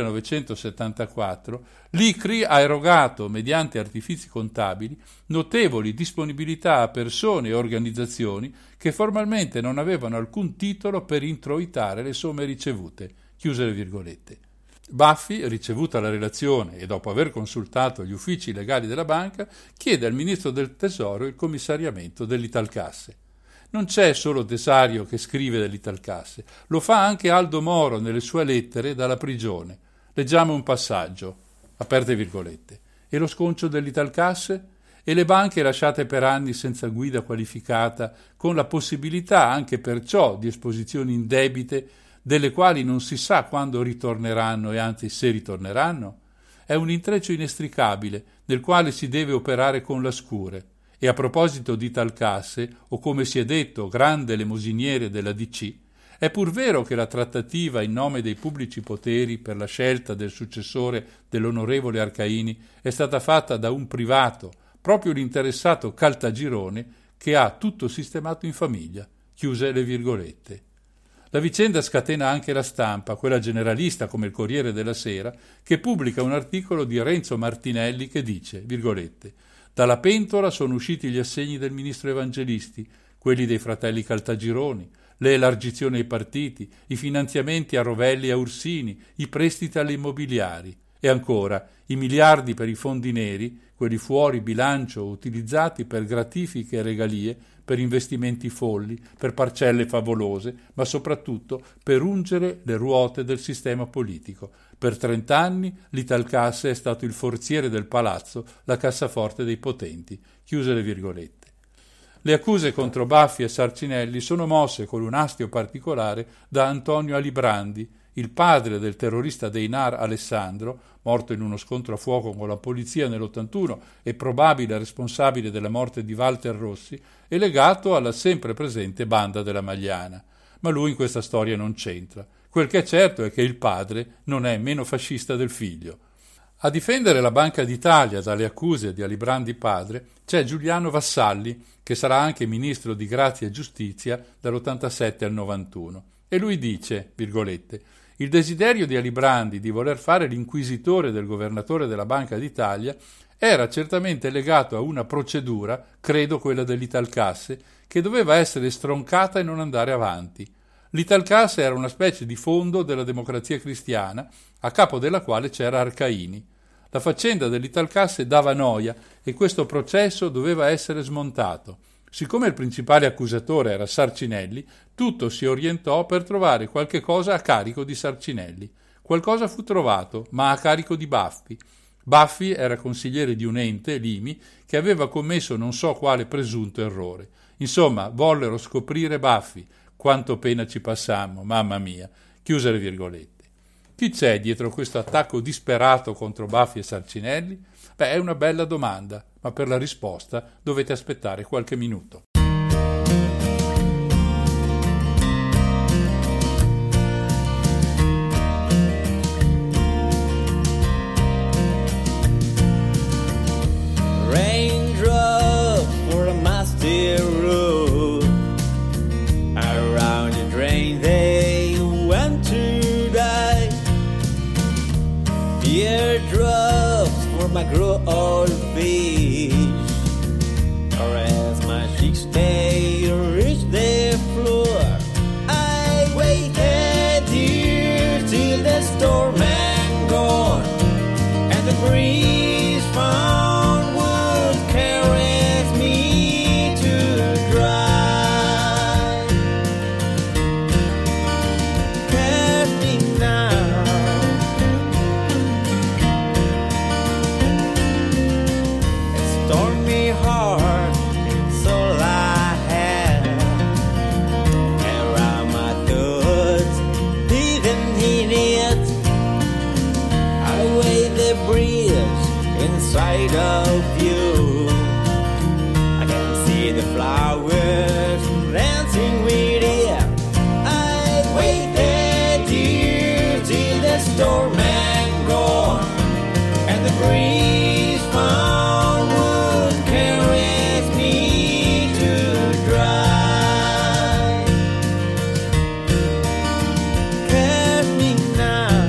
Speaker 2: millenovecentosettantaquattro, l'I C R I ha erogato, mediante artifici contabili, notevoli disponibilità a persone e organizzazioni che formalmente non avevano alcun titolo per introitare le somme ricevute. Chiuse le virgolette. Baffi, ricevuta la relazione e dopo aver consultato gli uffici legali della banca, chiede al ministro del Tesoro il commissariamento dell'Italcasse. Non c'è solo Desario che scrive dell'Italcasse, lo fa anche Aldo Moro nelle sue lettere dalla prigione. Leggiamo un passaggio, aperte virgolette. E lo sconcio dell'Italcasse? E le banche lasciate per anni senza guida qualificata, con la possibilità anche perciò di esposizioni indebite, delle quali non si sa quando ritorneranno e anzi se ritorneranno? È un intreccio inestricabile, nel quale si deve operare con la scure. E a proposito di Italcasse, o come si è detto, grande elemosiniere della D C, è pur vero che la trattativa in nome dei pubblici poteri per la scelta del successore dell'onorevole Arcaini è stata fatta da un privato, proprio l'interessato Caltagirone, che ha tutto sistemato in famiglia. Chiuse le virgolette. La vicenda scatena anche la stampa, quella generalista come il Corriere della Sera, che pubblica un articolo di Renzo Martinelli che dice, virgolette, dalla pentola sono usciti gli assegni del ministro Evangelisti, quelli dei fratelli Caltagironi, le elargizioni ai partiti, i finanziamenti a Rovelli e a Ursini, i prestiti alle immobiliari. E ancora, i miliardi per i fondi neri, quelli fuori bilancio utilizzati per gratifiche e regalie, per investimenti folli, per parcelle favolose, ma soprattutto per ungere le ruote del sistema politico. Per trent'anni l'Italcasse è stato il forziere del palazzo, la cassaforte dei potenti. Chiuse le virgolette. Le accuse contro Baffi e Sarcinelli sono mosse con un astio particolare da Antonio Alibrandi, il padre del terrorista Deinar Alessandro, morto in uno scontro a fuoco con la polizia nell'ottantuno e probabile responsabile della morte di Walter Rossi, e legato alla sempre presente banda della Magliana. Ma lui in questa storia non c'entra. Quel che è certo è che il padre non è meno fascista del figlio. A difendere la Banca d'Italia dalle accuse di Alibrandi padre c'è Giuliano Vassalli, che sarà anche ministro di Grazia e Giustizia dall'ottantasette al novantuno. E lui dice, virgolette, il desiderio di Alibrandi di voler fare l'inquisitore del governatore della Banca d'Italia era certamente legato a una procedura, credo quella dell'Italcasse, che doveva essere stroncata e non andare avanti. L'Italcasse era una specie di fondo della Democrazia Cristiana, a capo della quale c'era Arcaini. La faccenda dell'Italcasse dava noia e questo processo doveva essere smontato. Siccome il principale accusatore era Sarcinelli, tutto si orientò per trovare qualche cosa a carico di Sarcinelli. Qualcosa fu trovato, ma a carico di Baffi. Baffi era consigliere di un ente, l'I M I, che aveva commesso non so quale presunto errore. Insomma, vollero scoprire Baffi. Quanto pena ci passammo, mamma mia. Chiuse le virgolette. Chi c'è dietro questo attacco disperato contro Baffi e Sarcinelli? Beh, è una bella domanda, ma per la risposta dovete aspettare qualche minuto.
Speaker 4: Raindrops for a musty road, around the drain they went to die. Teardrops for my grow old fish, or as my cheeks they reach their floor. I waited here till the storm had gone, and the breeze found would carry me to dry. Catch me now, a stormy heart, it's all I have. Around my thoughts, even in it, I wait the breeze inside of you. I can see the flowers dancing with it. I waited here till the storm had gone, and the breeze found would carry me to dry. Catch me now,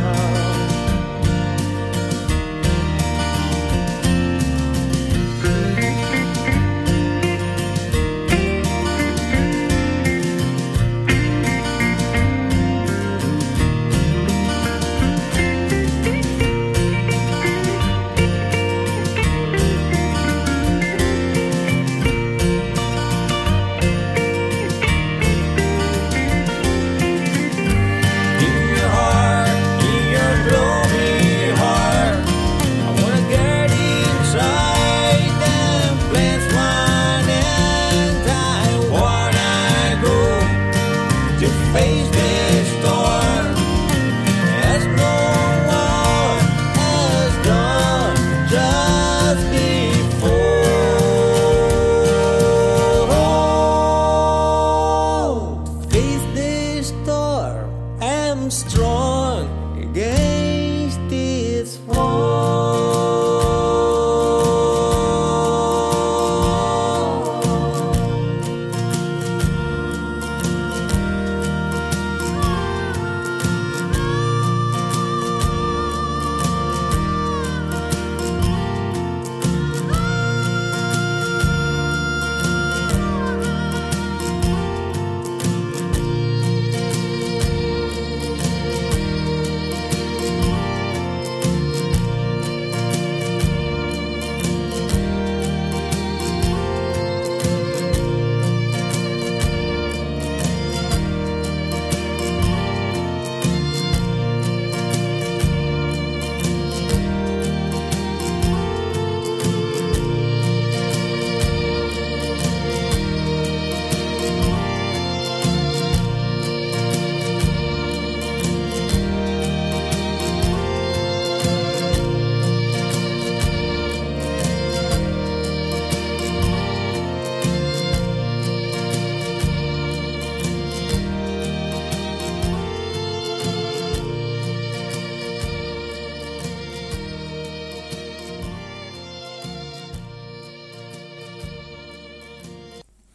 Speaker 4: in your heart, in your gloomy heart, I wanna get inside and place one, and I wanna go to face the storm as no one has done just before. To face the storm, I'm strong against its fall.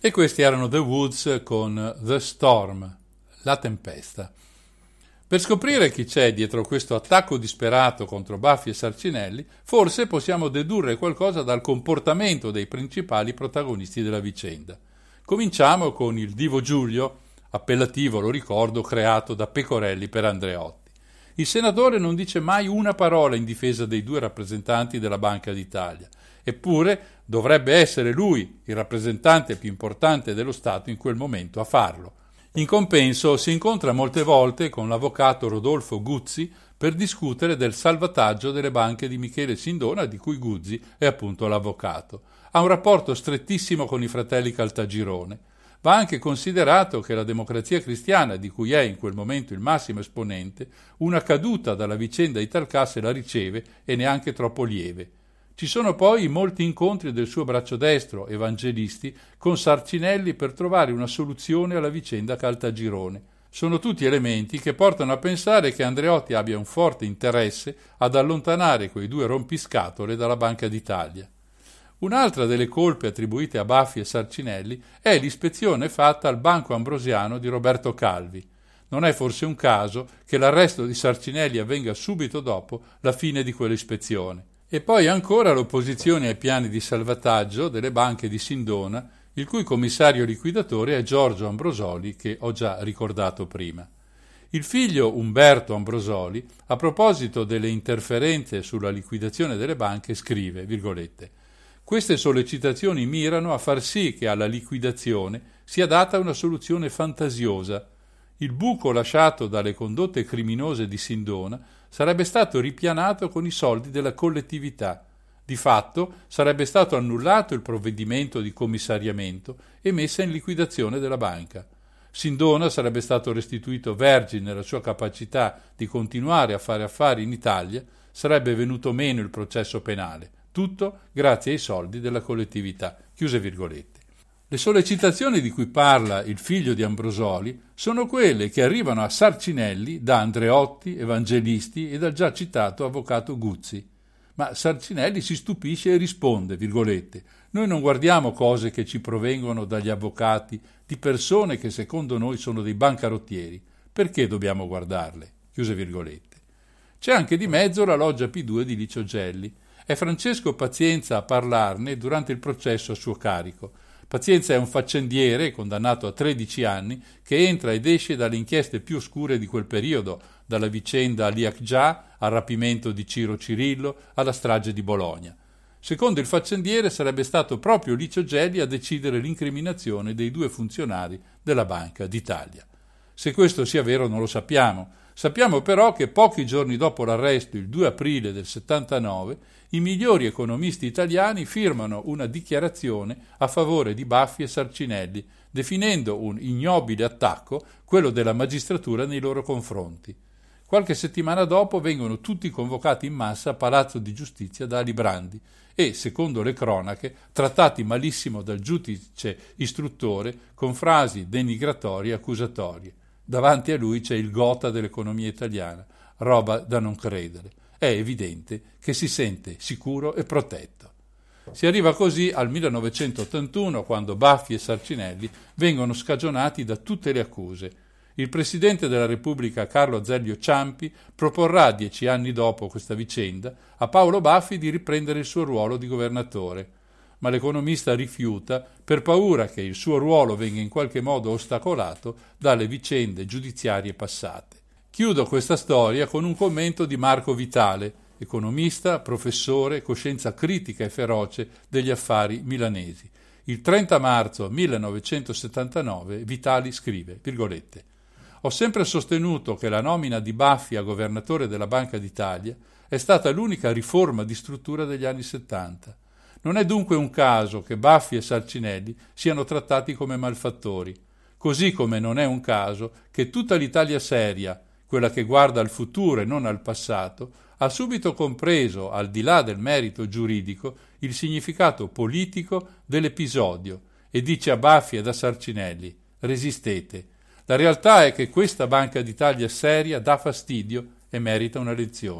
Speaker 2: E questi erano The Woods con The Storm, la tempesta. Per scoprire chi c'è dietro questo attacco disperato contro Baffi e Sarcinelli, forse possiamo dedurre qualcosa dal comportamento dei principali protagonisti della vicenda. Cominciamo con il Divo Giulio, appellativo, lo ricordo, creato da Pecorelli per Andreotti. Il senatore non dice mai una parola in difesa dei due rappresentanti della Banca d'Italia, eppure dovrebbe essere lui il rappresentante più importante dello Stato in quel momento a farlo. In compenso si incontra molte volte con l'avvocato Rodolfo Guzzi per discutere del salvataggio delle banche di Michele Sindona, di cui Guzzi è appunto l'avvocato. Ha un rapporto strettissimo con i fratelli Caltagirone. Va anche considerato che la Democrazia Cristiana, di cui è in quel momento il massimo esponente, una caduta dalla vicenda Italcà se la riceve e neanche troppo lieve. Ci sono poi molti incontri del suo braccio destro, Evangelisti, con Sarcinelli per trovare una soluzione alla vicenda Caltagirone. Sono tutti elementi che portano a pensare che Andreotti abbia un forte interesse ad allontanare quei due rompiscatole dalla Banca d'Italia. Un'altra delle colpe attribuite a Baffi e Sarcinelli è l'ispezione fatta al Banco Ambrosiano di Roberto Calvi. Non è forse un caso che l'arresto di Sarcinelli avvenga subito dopo la fine di quell'ispezione. E poi ancora l'opposizione ai piani di salvataggio delle banche di Sindona, il cui commissario liquidatore è Giorgio Ambrosoli, che ho già ricordato prima. Il figlio Umberto Ambrosoli, a proposito delle interferenze sulla liquidazione delle banche, scrive, virgolette, «Queste sollecitazioni mirano a far sì che alla liquidazione sia data una soluzione fantasiosa. Il buco lasciato dalle condotte criminose di Sindona sarebbe stato ripianato con i soldi della collettività. Di fatto sarebbe stato annullato il provvedimento di commissariamento e messa in liquidazione della banca. Sindona sarebbe stato restituito vergine nella sua capacità di continuare a fare affari in Italia, sarebbe venuto meno il processo penale. Tutto grazie ai soldi della collettività». Chiuse virgolette. Le sollecitazioni di cui parla il figlio di Ambrosoli sono quelle che arrivano a Sarcinelli da Andreotti, Evangelisti e dal già citato avvocato Guzzi. Ma Sarcinelli si stupisce e risponde, virgolette, «Noi non guardiamo cose che ci provengono dagli avvocati di persone che secondo noi sono dei bancarottieri. Perché dobbiamo guardarle?» Chiuse virgolette. C'è anche di mezzo la loggia P due di Licio Gelli. È Francesco Pazienza a parlarne durante il processo a suo carico. Pazienza è un faccendiere, condannato a tredici anni, che entra ed esce dalle inchieste più oscure di quel periodo, dalla vicenda Aliakja al rapimento di Ciro Cirillo alla strage di Bologna. Secondo il faccendiere sarebbe stato proprio Licio Gelli a decidere l'incriminazione dei due funzionari della Banca d'Italia. Se questo sia vero non lo sappiamo. Sappiamo però che pochi giorni dopo l'arresto, il due aprile del settantanove, i migliori economisti italiani firmano una dichiarazione a favore di Baffi e Sarcinelli, definendo un ignobile attacco quello della magistratura nei loro confronti. Qualche settimana dopo vengono tutti convocati in massa a Palazzo di Giustizia da Alibrandi e, secondo le cronache, trattati malissimo dal giudice istruttore con frasi denigratorie e accusatorie. Davanti a lui c'è il gotha dell'economia italiana, roba da non credere. È evidente che si sente sicuro e protetto. Si arriva così al millenovecentottantuno, quando Baffi e Sarcinelli vengono scagionati da tutte le accuse. Il Presidente della Repubblica Carlo Azeglio Ciampi proporrà, dieci anni dopo questa vicenda, a Paolo Baffi di riprendere il suo ruolo di governatore. Ma l'economista rifiuta per paura che il suo ruolo venga in qualche modo ostacolato dalle vicende giudiziarie passate. Chiudo questa storia con un commento di Marco Vitale, economista, professore, coscienza critica e feroce degli affari milanesi. Il trenta marzo millenovecentosettantanove Vitali scrive, virgolette, «Ho sempre sostenuto che la nomina di Baffi a governatore della Banca d'Italia è stata l'unica riforma di struttura degli anni settanta. Non è dunque un caso che Baffi e Sarcinelli siano trattati come malfattori, così come non è un caso che tutta l'Italia seria, quella che guarda al futuro e non al passato, ha subito compreso, al di là del merito giuridico, il significato politico dell'episodio e dice a Baffi e a Sarcinelli: resistete. La realtà è che questa Banca d'Italia seria dà fastidio e merita una lezione.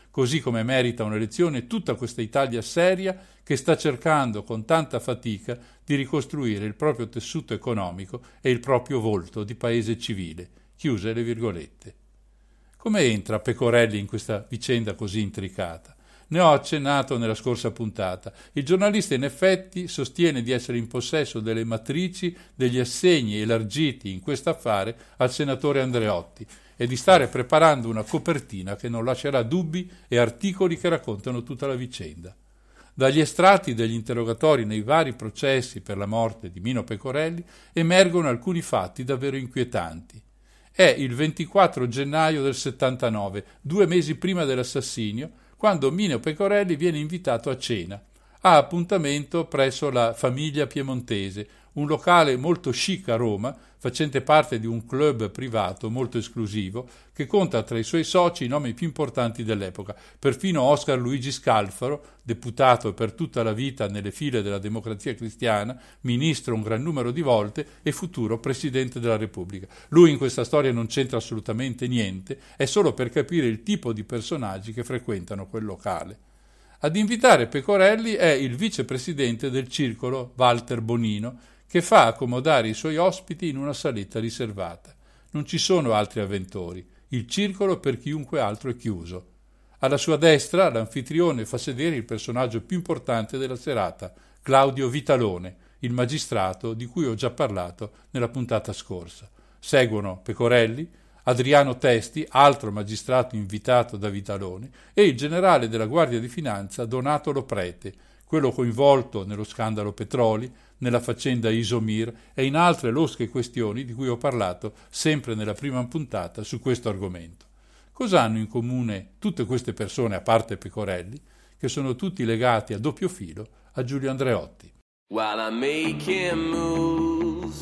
Speaker 2: così come merita un'elezione tutta questa Italia seria che sta cercando con tanta fatica di ricostruire il proprio tessuto economico e il proprio volto di paese civile. Chiuse le virgolette. Come entra Pecorelli in questa vicenda così intricata? Ne ho accennato nella scorsa puntata. Il giornalista in effetti sostiene di essere in possesso delle matrici degli assegni elargiti in quest'affare al senatore Andreotti e di stare preparando una copertina che non lascerà dubbi e articoli che raccontano tutta la vicenda. Dagli estratti degli interrogatori nei vari processi per la morte di Mino Pecorelli emergono alcuni fatti davvero inquietanti. È il ventiquattro gennaio del settantanove, due mesi prima dell'assassinio, quando Mino Pecorelli viene invitato a cena. Ha appuntamento presso la Famiglia Piemontese, un locale molto chic a Roma, facente parte di un club privato molto esclusivo, che conta tra i suoi soci i nomi più importanti dell'epoca, perfino Oscar Luigi Scalfaro, deputato per tutta la vita nelle file della Democrazia Cristiana, ministro un gran numero di volte e futuro Presidente della Repubblica. Lui in questa storia non c'entra assolutamente niente, è solo per capire il tipo di personaggi che frequentano quel locale. Ad invitare Pecorelli è il vicepresidente del circolo, Walter Bonino, che fa accomodare i suoi ospiti in una saletta riservata. Non ci sono altri avventori. Il circolo per chiunque altro è chiuso. Alla sua destra l'anfitrione fa sedere il personaggio più importante della serata, Claudio Vitalone, il magistrato di cui ho già parlato nella puntata scorsa. Seguono Pecorelli, Adriano Testi, altro magistrato invitato da Vitalone, e il generale della Guardia di Finanza Donato Loprete, quello coinvolto nello scandalo petroli, nella faccenda Isomir e in altre losche questioni di cui ho parlato sempre nella prima puntata su questo argomento. Cosa hanno in comune tutte queste persone, a parte Pecorelli, che sono tutti legati a doppio filo a Giulio Andreotti?
Speaker 3: While I'm making moves,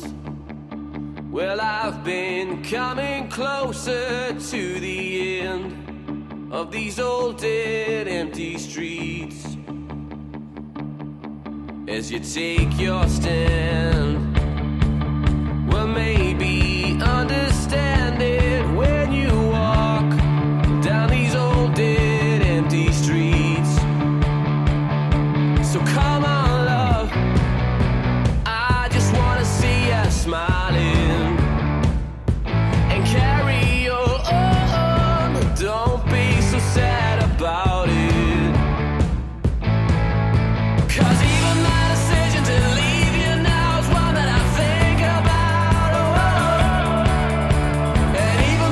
Speaker 3: well, I've been coming closer to the end of these old dead empty streets. As you take your stand, well, maybe understand it when you walk down these old dead empty streets. So come on, love, I just wanna see you smiling and carry on. Don't be so sad about it. And even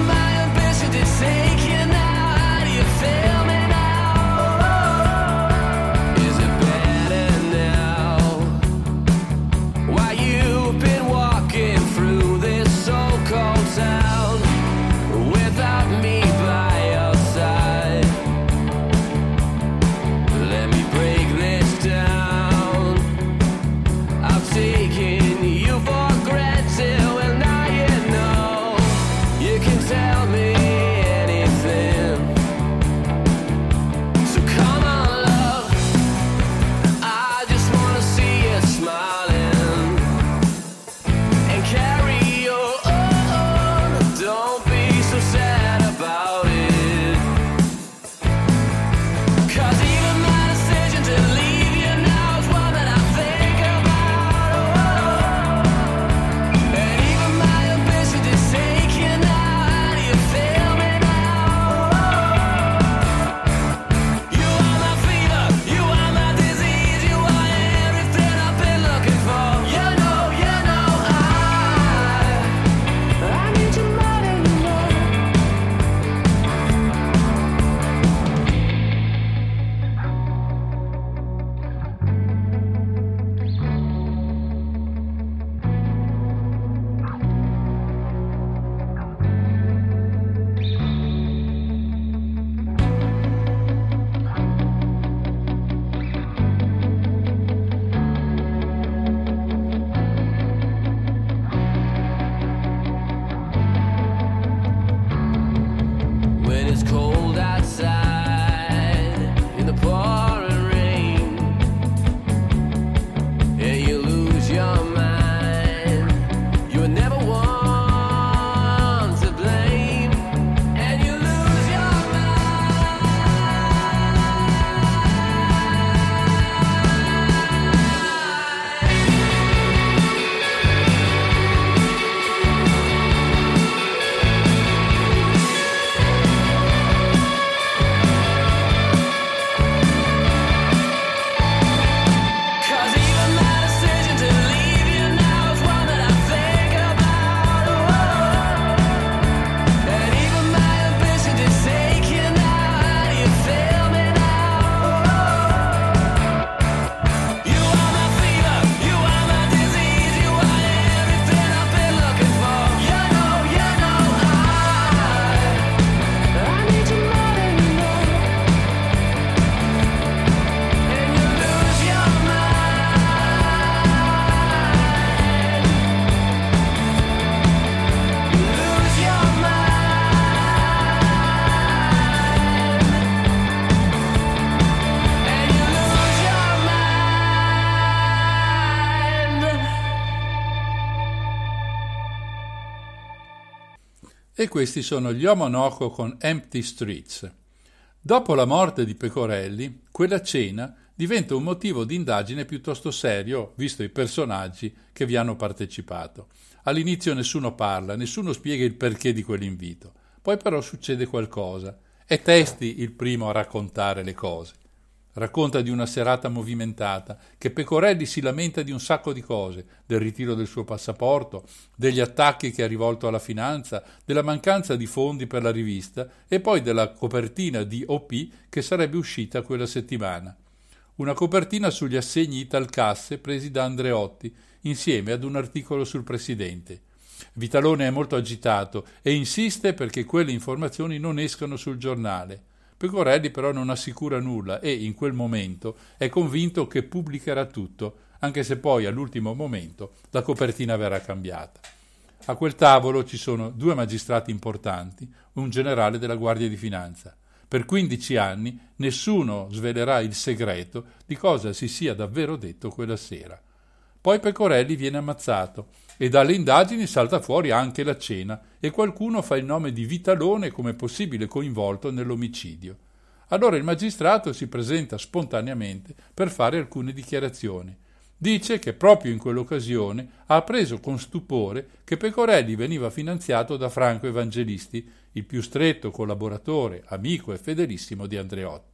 Speaker 2: E questi sono gli Omonoko con Empty Streets. Dopo la morte di Pecorelli, quella cena diventa un motivo di indagine piuttosto serio, visto i personaggi che vi hanno partecipato. All'inizio nessuno parla, nessuno spiega il perché di quell'invito. Poi però succede qualcosa. È Testi il primo a raccontare le cose. Racconta di una serata movimentata, che Pecorelli si lamenta di un sacco di cose, del ritiro del suo passaporto, degli attacchi che ha rivolto alla finanza, della mancanza di fondi per la rivista e poi della copertina di O P che sarebbe uscita quella settimana. Una copertina sugli assegni Italcasse presi da Andreotti, insieme ad un articolo sul presidente. Vitalone è molto agitato e insiste perché quelle informazioni non escano sul giornale. Pecorelli però non assicura nulla e, in quel momento, è convinto che pubblicherà tutto, anche se poi, all'ultimo momento, la copertina verrà cambiata. A quel tavolo ci sono due magistrati importanti, un generale della Guardia di Finanza. Per quindici anni nessuno svelerà il segreto di cosa si sia davvero detto quella sera. Poi Pecorelli viene ammazzato e dalle indagini salta fuori anche la cena e qualcuno fa il nome di Vitalone come possibile coinvolto nell'omicidio. Allora il magistrato si presenta spontaneamente per fare alcune dichiarazioni. Dice che proprio in quell'occasione ha appreso con stupore che Pecorelli veniva finanziato da Franco Evangelisti, il più stretto collaboratore, amico e fedelissimo di Andreotti.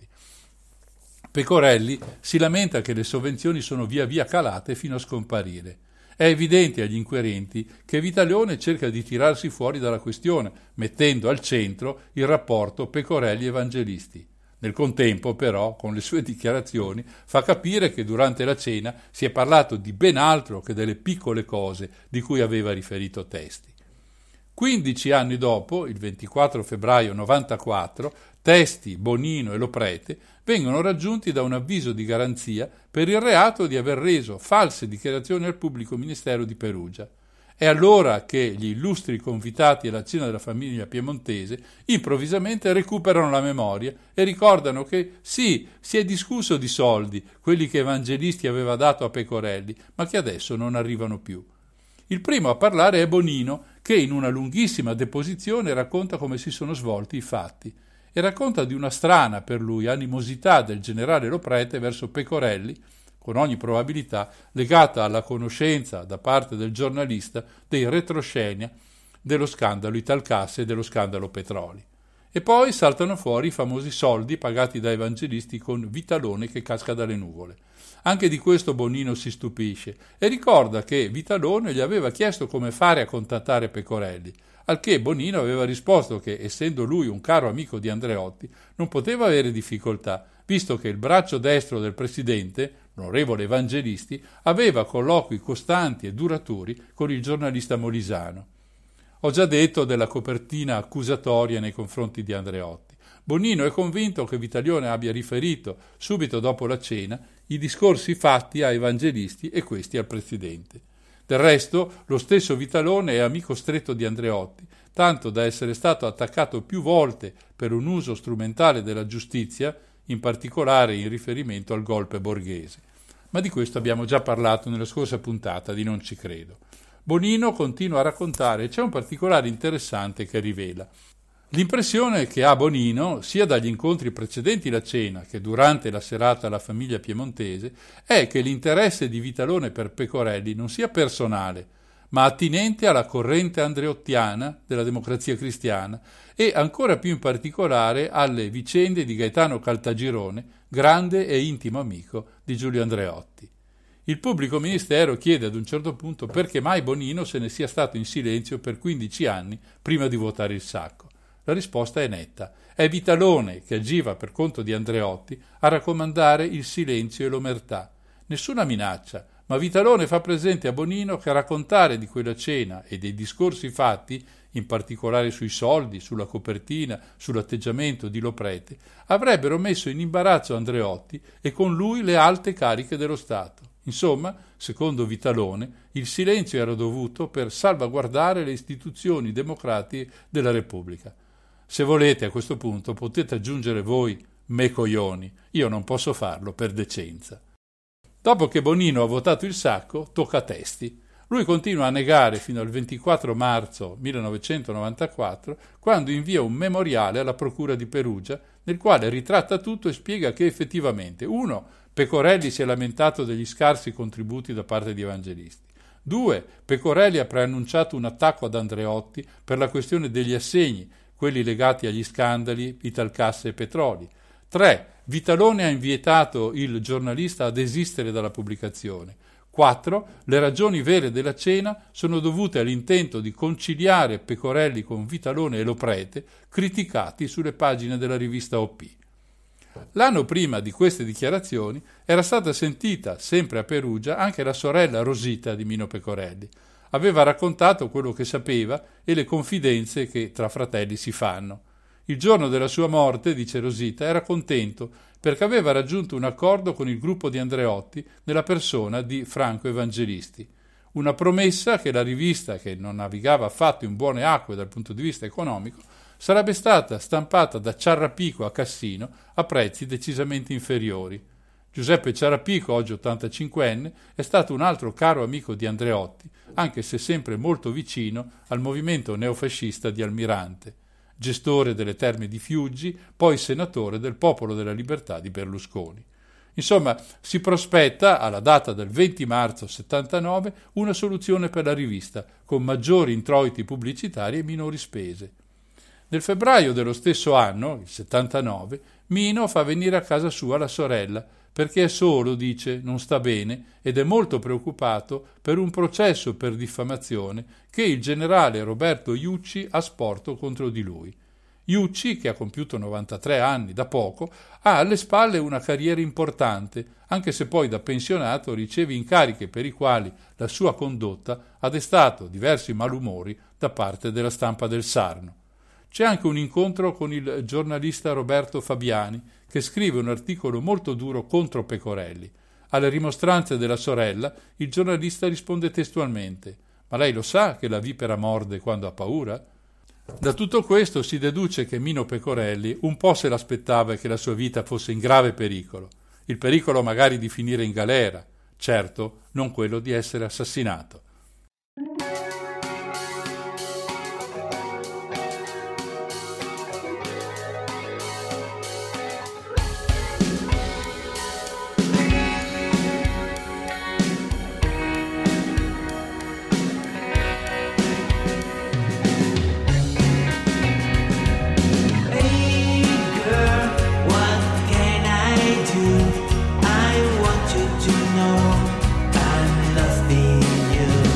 Speaker 2: Pecorelli si lamenta che le sovvenzioni sono via via calate fino a scomparire. È evidente agli inquirenti che Vitalone cerca di tirarsi fuori dalla questione, mettendo al centro il rapporto Pecorelli-Evangelisti. Nel contempo, però, con le sue dichiarazioni, fa capire che durante la cena si è parlato di ben altro che delle piccole cose di cui aveva riferito Testi. Quindici anni dopo, il ventiquattro febbraio novantaquattro, Testi, Bonino e Loprete vengono raggiunti da un avviso di garanzia per il reato di aver reso false dichiarazioni al pubblico ministero di Perugia. È allora che gli illustri convitati alla cena della famiglia piemontese improvvisamente recuperano la memoria e ricordano che sì, si è discusso di soldi, quelli che Evangelisti aveva dato a Pecorelli, ma che adesso non arrivano più. Il primo a parlare è Bonino, che in una lunghissima deposizione racconta come si sono svolti i fatti e racconta di una strana per lui animosità del generale Loprete verso Pecorelli, con ogni probabilità legata alla conoscenza da parte del giornalista dei retroscena dello scandalo Italcasse e dello scandalo Petroli. E poi saltano fuori i famosi soldi pagati da Evangelisti con Vitalone che casca dalle nuvole. Anche di questo Bonino si stupisce e ricorda che Vitalone gli aveva chiesto come fare a contattare Pecorelli, al che Bonino aveva risposto che, essendo lui un caro amico di Andreotti, non poteva avere difficoltà, visto che il braccio destro del presidente, l'onorevole Evangelisti, aveva colloqui costanti e duraturi con il giornalista Molisano. Ho già detto della copertina accusatoria nei confronti di Andreotti. Bonino è convinto che Vitalone abbia riferito, subito dopo la cena, i discorsi fatti a Evangelisti e questi al presidente. Del resto, lo stesso Vitalone è amico stretto di Andreotti, tanto da essere stato attaccato più volte per un uso strumentale della giustizia, in particolare in riferimento al golpe borghese. Ma di questo abbiamo già parlato nella scorsa puntata di Non ci credo. Bonino continua a raccontare e c'è un particolare interessante che rivela. L'impressione che ha Bonino, sia dagli incontri precedenti la cena che durante la serata alla famiglia piemontese, è che l'interesse di Vitalone per Pecorelli non sia personale, ma attinente alla corrente andreottiana della Democrazia Cristiana e ancora più in particolare alle vicende di Gaetano Caltagirone, grande e intimo amico di Giulio Andreotti. Il pubblico ministero chiede ad un certo punto perché mai Bonino se ne sia stato in silenzio per quindici anni prima di votare il sacco. La risposta è netta. È Vitalone, che agiva per conto di Andreotti, a raccomandare il silenzio e l'omertà. Nessuna minaccia, ma Vitalone fa presente a Bonino che a raccontare di quella cena e dei discorsi fatti, in particolare sui soldi, sulla copertina, sull'atteggiamento di Loprete, avrebbero messo in imbarazzo Andreotti e con lui le alte cariche dello Stato. Insomma, secondo Vitalone, il silenzio era dovuto per salvaguardare le istituzioni democratiche della Repubblica. Se volete, a questo punto, potete aggiungere voi me coglioni. Io non posso farlo per decenza. Dopo che Bonino ha votato il sacco, tocca a Testi. Lui continua a negare fino al ventiquattro marzo millenovecentonovantaquattro, quando invia un memoriale alla Procura di Perugia, nel quale ritratta tutto e spiega che effettivamente uno Pecorelli si è lamentato degli scarsi contributi da parte di evangelisti. due Pecorelli ha preannunciato un attacco ad Andreotti per la questione degli assegni, quelli legati agli scandali Italcasse e Petroli. tre Vitalone ha invietato il giornalista a desistere dalla pubblicazione. quattro Le ragioni vere della cena sono dovute all'intento di conciliare Pecorelli con Vitalone e Loprete, criticati sulle pagine della rivista O P. L'anno prima di queste dichiarazioni era stata sentita, sempre a Perugia, anche la sorella Rosita di Mino Pecorelli. Aveva raccontato quello che sapeva e le confidenze che tra fratelli si fanno. Il giorno della sua morte, dice Rosita, era contento perché aveva raggiunto un accordo con il gruppo di Andreotti nella persona di Franco Evangelisti. Una promessa che la rivista, che non navigava affatto in buone acque dal punto di vista economico, sarebbe stata stampata da Ciarrapico a Cassino a prezzi decisamente inferiori. Giuseppe Ciarrapico, oggi ottantacinquenne, è stato un altro caro amico di Andreotti, anche se sempre molto vicino al movimento neofascista di Almirante. Gestore delle Terme di Fiuggi, poi senatore del Popolo della Libertà di Berlusconi. Insomma, si prospetta, alla data del venti marzo settantanove, una soluzione per la rivista, con maggiori introiti pubblicitari e minori spese. Nel febbraio dello stesso anno, il settantanove, Mino fa venire a casa sua la sorella, perché è solo, dice, non sta bene ed è molto preoccupato per un processo per diffamazione che il generale Roberto Iucci ha sporto contro di lui. Iucci, che ha compiuto novantatré anni da poco, ha alle spalle una carriera importante, anche se poi da pensionato riceve incarichi per i quali la sua condotta ha destato diversi malumori da parte della stampa del Sarno. C'è anche un incontro con il giornalista Roberto Fabiani, che scrive un articolo molto duro contro Pecorelli. Alle rimostranze della sorella, il giornalista risponde testualmente: «Ma lei lo sa che la vipera morde quando ha paura?» Da tutto questo si deduce che Mino Pecorelli un po' se l'aspettava che la sua vita fosse in grave pericolo. Il pericolo magari di finire in galera, certo non quello di essere assassinato.
Speaker 5: You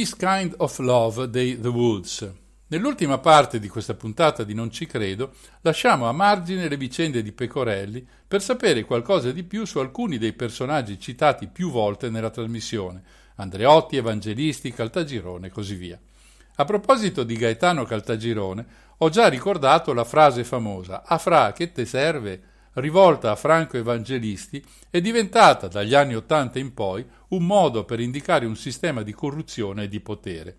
Speaker 2: This Kind of Love dei The Woods. Nell'ultima parte di questa puntata di Non ci credo lasciamo a margine le vicende di Pecorelli per sapere qualcosa di più su alcuni dei personaggi citati più volte nella trasmissione: Andreotti, Evangelisti, Caltagirone e così via. A proposito di Gaetano Caltagirone, ho già ricordato la frase famosa «A fra che te serve?», rivolta a Franco Evangelisti, è diventata dagli anni Ottanta in poi un modo per indicare un sistema di corruzione e di potere.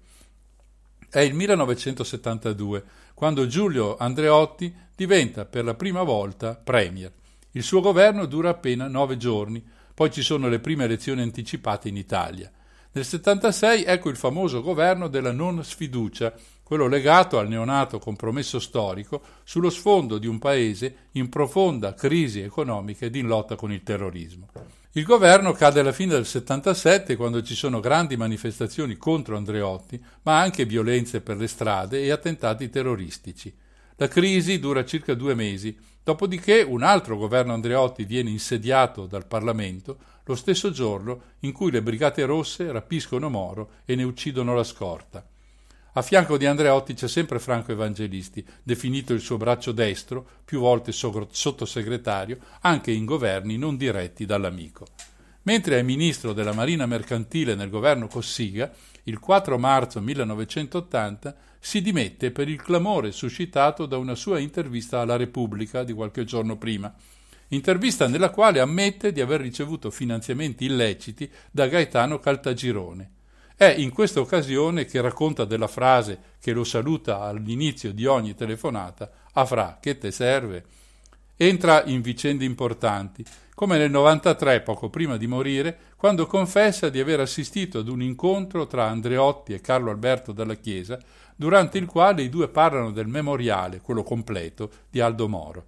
Speaker 2: È il millenovecentosettantadue, quando Giulio Andreotti diventa per la prima volta premier. Il suo governo dura appena nove giorni, poi ci sono le prime elezioni anticipate in Italia. Nel settantasei ecco il famoso governo della non sfiducia, quello legato al neonato compromesso storico sullo sfondo di un paese in profonda crisi economica ed in lotta con il terrorismo. Il governo cade alla fine del settantasette, quando ci sono grandi manifestazioni contro Andreotti, ma anche violenze per le strade e attentati terroristici. La crisi dura circa due mesi, dopodiché un altro governo Andreotti viene insediato dal Parlamento lo stesso giorno in cui le Brigate Rosse rapiscono Moro e ne uccidono la scorta. A fianco di Andreotti c'è sempre Franco Evangelisti, definito il suo braccio destro, più volte sottosegretario, anche in governi non diretti dall'amico. Mentre è ministro della Marina Mercantile nel governo Cossiga, il quattro marzo millenovecentottanta si dimette per il clamore suscitato da una sua intervista alla Repubblica di qualche giorno prima, intervista nella quale ammette di aver ricevuto finanziamenti illeciti da Gaetano Caltagirone. È in questa occasione che racconta della frase che lo saluta all'inizio di ogni telefonata: «A fra, che te serve?». Entra in vicende importanti, come nel novantatré, poco prima di morire, quando confessa di aver assistito ad un incontro tra Andreotti e Carlo Alberto Dalla Chiesa, durante il quale i due parlano del memoriale, quello completo, di Aldo Moro.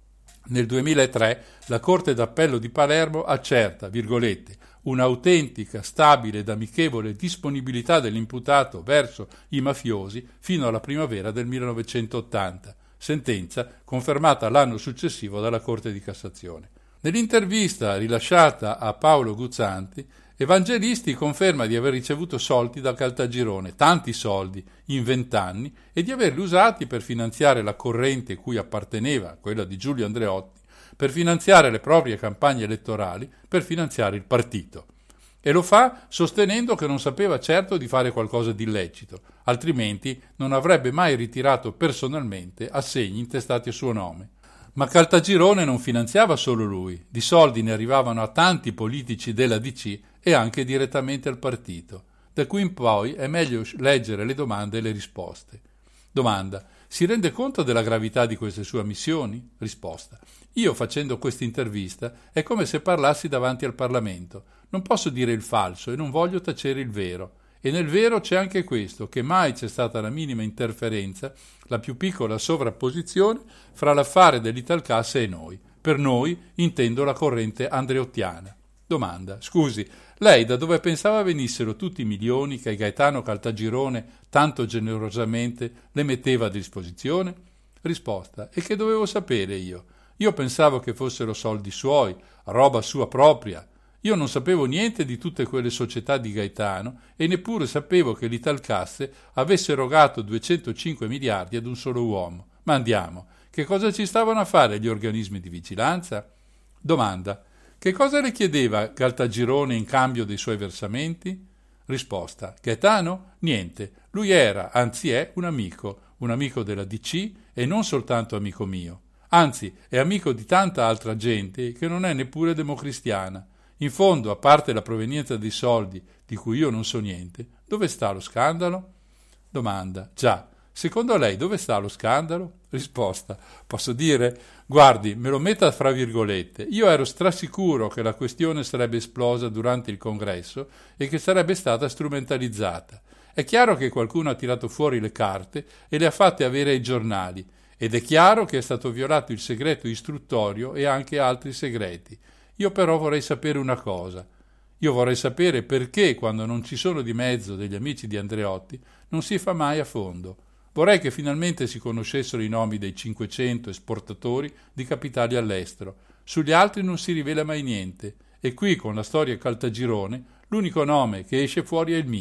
Speaker 2: Nel duemilatré la Corte d'Appello di Palermo accerta, virgolette, un'autentica, stabile ed amichevole disponibilità dell'imputato verso i mafiosi fino alla primavera del millenovecentottanta, sentenza confermata l'anno successivo dalla Corte di Cassazione. Nell'intervista rilasciata a Paolo Guzzanti, Evangelisti conferma di aver ricevuto soldi da Caltagirone, tanti soldi, in vent'anni, e di averli usati per finanziare la corrente cui apparteneva, quella di Giulio Andreotti, per finanziare le proprie campagne elettorali, per finanziare il partito. E lo fa sostenendo che non sapeva certo di fare qualcosa di illecito, altrimenti non avrebbe mai ritirato personalmente assegni intestati a suo nome. Ma Caltagirone non finanziava solo lui, di soldi ne arrivavano a tanti politici della D C e anche direttamente al partito. Da qui in poi è meglio leggere le domande e le risposte. Domanda: si rende conto della gravità di queste sue ammissioni? Risposta: io, facendo questa intervista, è come se parlassi davanti al Parlamento. Non posso dire il falso e non voglio tacere il vero. E nel vero c'è anche questo, che mai c'è stata la minima interferenza, la più piccola sovrapposizione fra l'affare dell'Italcasse e noi. Per noi intendo la corrente andreottiana. Domanda: scusi, lei da dove pensava venissero tutti i milioni che Gaetano Caltagirone tanto generosamente le metteva a disposizione? Risposta: e che dovevo sapere io? Io pensavo che fossero soldi suoi, roba sua propria. Io non sapevo niente di tutte quelle società di Gaetano e neppure sapevo che l'Italcasse avesse erogato duecentocinque miliardi ad un solo uomo. Ma andiamo, che cosa ci stavano a fare gli organismi di vigilanza? Domanda: che cosa le chiedeva Caltagirone in cambio dei suoi versamenti? Risposta: Gaetano? Niente, lui era, anzi è, un amico, un amico della D C e non soltanto amico mio. Anzi, è amico di tanta altra gente che non è neppure democristiana. In fondo, a parte la provenienza dei soldi, di cui io non so niente, dove sta lo scandalo? Domanda: già, secondo lei dove sta lo scandalo? Risposta: posso dire? Guardi, me lo metta fra virgolette. Io ero strasicuro che la questione sarebbe esplosa durante il congresso e che sarebbe stata strumentalizzata. È chiaro che qualcuno ha tirato fuori le carte e le ha fatte avere ai giornali, ed è chiaro che è stato violato il segreto istruttorio e anche altri segreti. Io però vorrei sapere una cosa. Io vorrei sapere perché, quando non ci sono di mezzo degli amici di Andreotti, non si fa mai a fondo. Vorrei che finalmente si conoscessero i nomi dei cinquecento esportatori di capitali all'estero. Sugli altri non si rivela mai niente. E qui, con la storia Caltagirone, l'unico nome che esce fuori è il mio.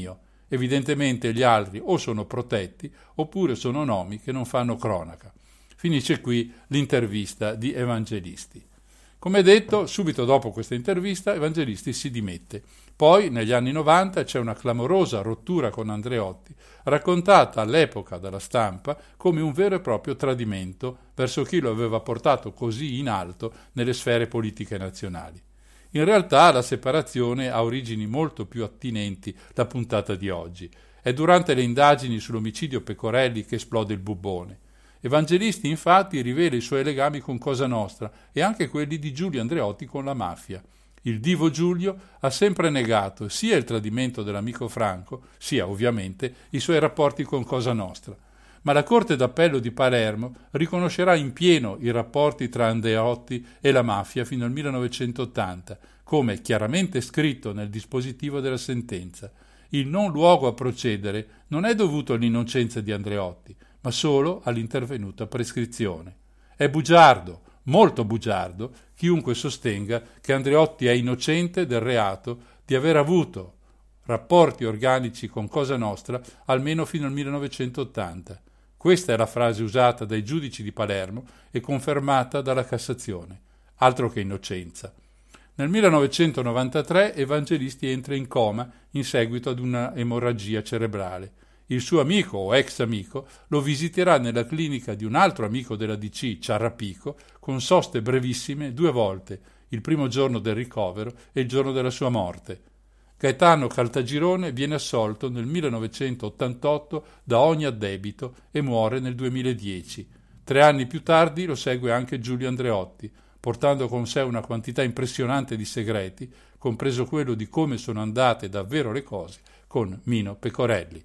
Speaker 2: Evidentemente gli altri o sono protetti oppure sono nomi che non fanno cronaca. Finisce qui l'intervista di Evangelisti. Come detto, subito dopo questa intervista Evangelisti si dimette. Poi, negli anni novanta, c'è una clamorosa rottura con Andreotti, raccontata all'epoca dalla stampa come un vero e proprio tradimento verso chi lo aveva portato così in alto nelle sfere politiche nazionali. In realtà la separazione ha origini molto più attinenti alla puntata di oggi. È durante le indagini sull'omicidio Pecorelli che esplode il bubbone. Evangelisti infatti rivela i suoi legami con Cosa Nostra e anche quelli di Giulio Andreotti con la mafia. Il divo Giulio ha sempre negato sia il tradimento dell'amico Franco, sia ovviamente i suoi rapporti con Cosa Nostra. Ma la Corte d'Appello di Palermo riconoscerà in pieno i rapporti tra Andreotti e la mafia fino al millenovecentottanta, come chiaramente scritto nel dispositivo della sentenza. Il non luogo a procedere non è dovuto all'innocenza di Andreotti, ma solo all'intervenuta prescrizione. È bugiardo, molto bugiardo, chiunque sostenga che Andreotti è innocente del reato di aver avuto rapporti organici con Cosa Nostra almeno fino al millenovecentottanta. Questa è la frase usata dai giudici di Palermo e confermata dalla Cassazione. Altro che innocenza. Nel millenovecentonovantatré Evangelisti entra in coma in seguito ad una emorragia cerebrale. Il suo amico o ex amico lo visiterà nella clinica di un altro amico della D C, Ciarrapico, con soste brevissime due volte, il primo giorno del ricovero e il giorno della sua morte. Gaetano Caltagirone viene assolto nel millenovecentottantotto da ogni addebito e muore nel duemiladieci. Tre anni più tardi lo segue anche Giulio Andreotti, portando con sé una quantità impressionante di segreti, compreso quello di come sono andate davvero le cose con Mino Pecorelli.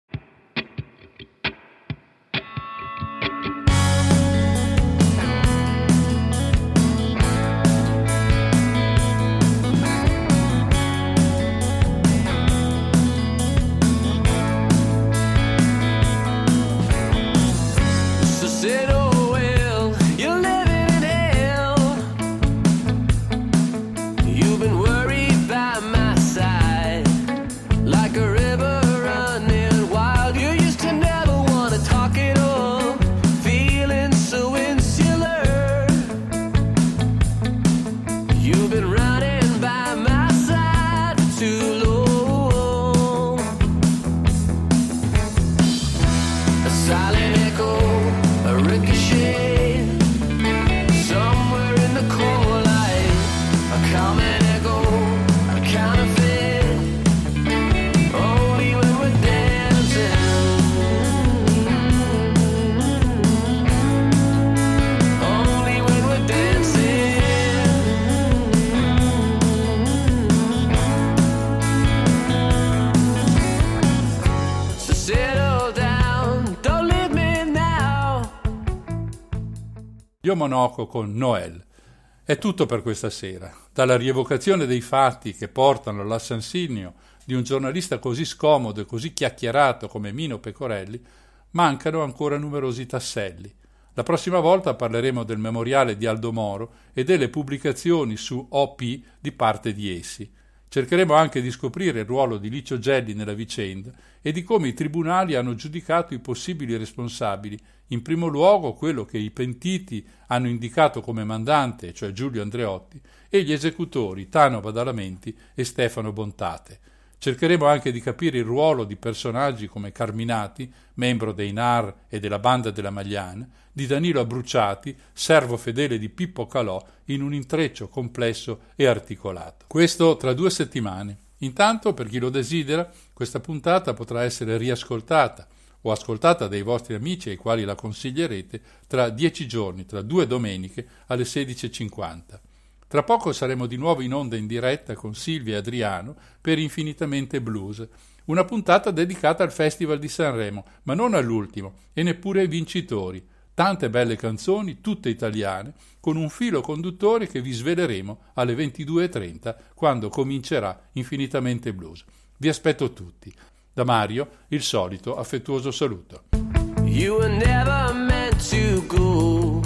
Speaker 2: Io Monaco con Noël. È tutto per questa sera. Dalla rievocazione dei fatti che portano all'assassinio di un giornalista così scomodo e così chiacchierato come Mino Pecorelli, mancano ancora numerosi tasselli. La prossima volta parleremo del memoriale di Aldo Moro e delle pubblicazioni su O P di parte di essi. Cercheremo anche di scoprire il ruolo di Licio Gelli nella vicenda e di come i tribunali hanno giudicato i possibili responsabili, in primo luogo quello che i pentiti hanno indicato come mandante, cioè Giulio Andreotti, e gli esecutori Tano Badalamenti e Stefano Bontate. Cercheremo anche di capire il ruolo di personaggi come Carminati, membro dei N A R e della banda della Magliana, di Danilo Abbruciati, servo fedele di Pippo Calò, in un intreccio complesso e articolato. Questo tra due settimane. Intanto, per chi lo desidera, questa puntata potrà essere riascoltata o ascoltata dai vostri amici ai quali la consiglierete tra dieci giorni, tra due domeniche alle sedici e cinquanta. Tra poco saremo di nuovo in onda in diretta con Silvia e Adriano per Infinitamente Blues, una puntata dedicata al Festival di Sanremo, ma non all'ultimo e neppure ai vincitori. Tante belle canzoni, tutte italiane, con un filo conduttore che vi sveleremo alle ventidue e trenta quando comincerà Infinitamente Blues. Vi aspetto tutti. Da Mario, il solito affettuoso saluto.
Speaker 3: You were never meant to go,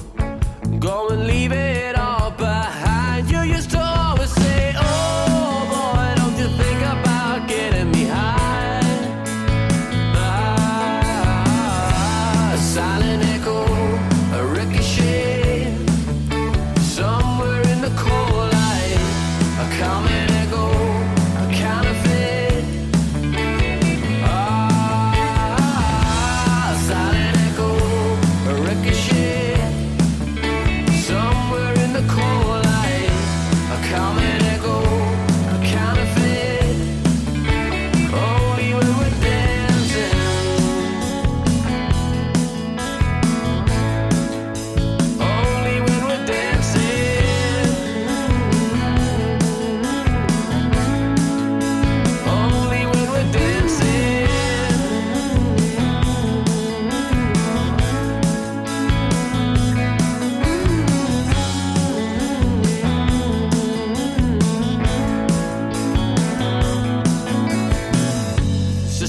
Speaker 3: go and leave it all behind. You used to always say, oh boy, don't you think about getting me high.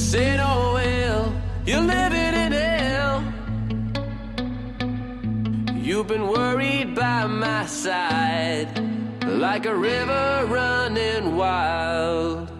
Speaker 3: Say no will, you're living in hell. You've been worried by my side, like a river running wild.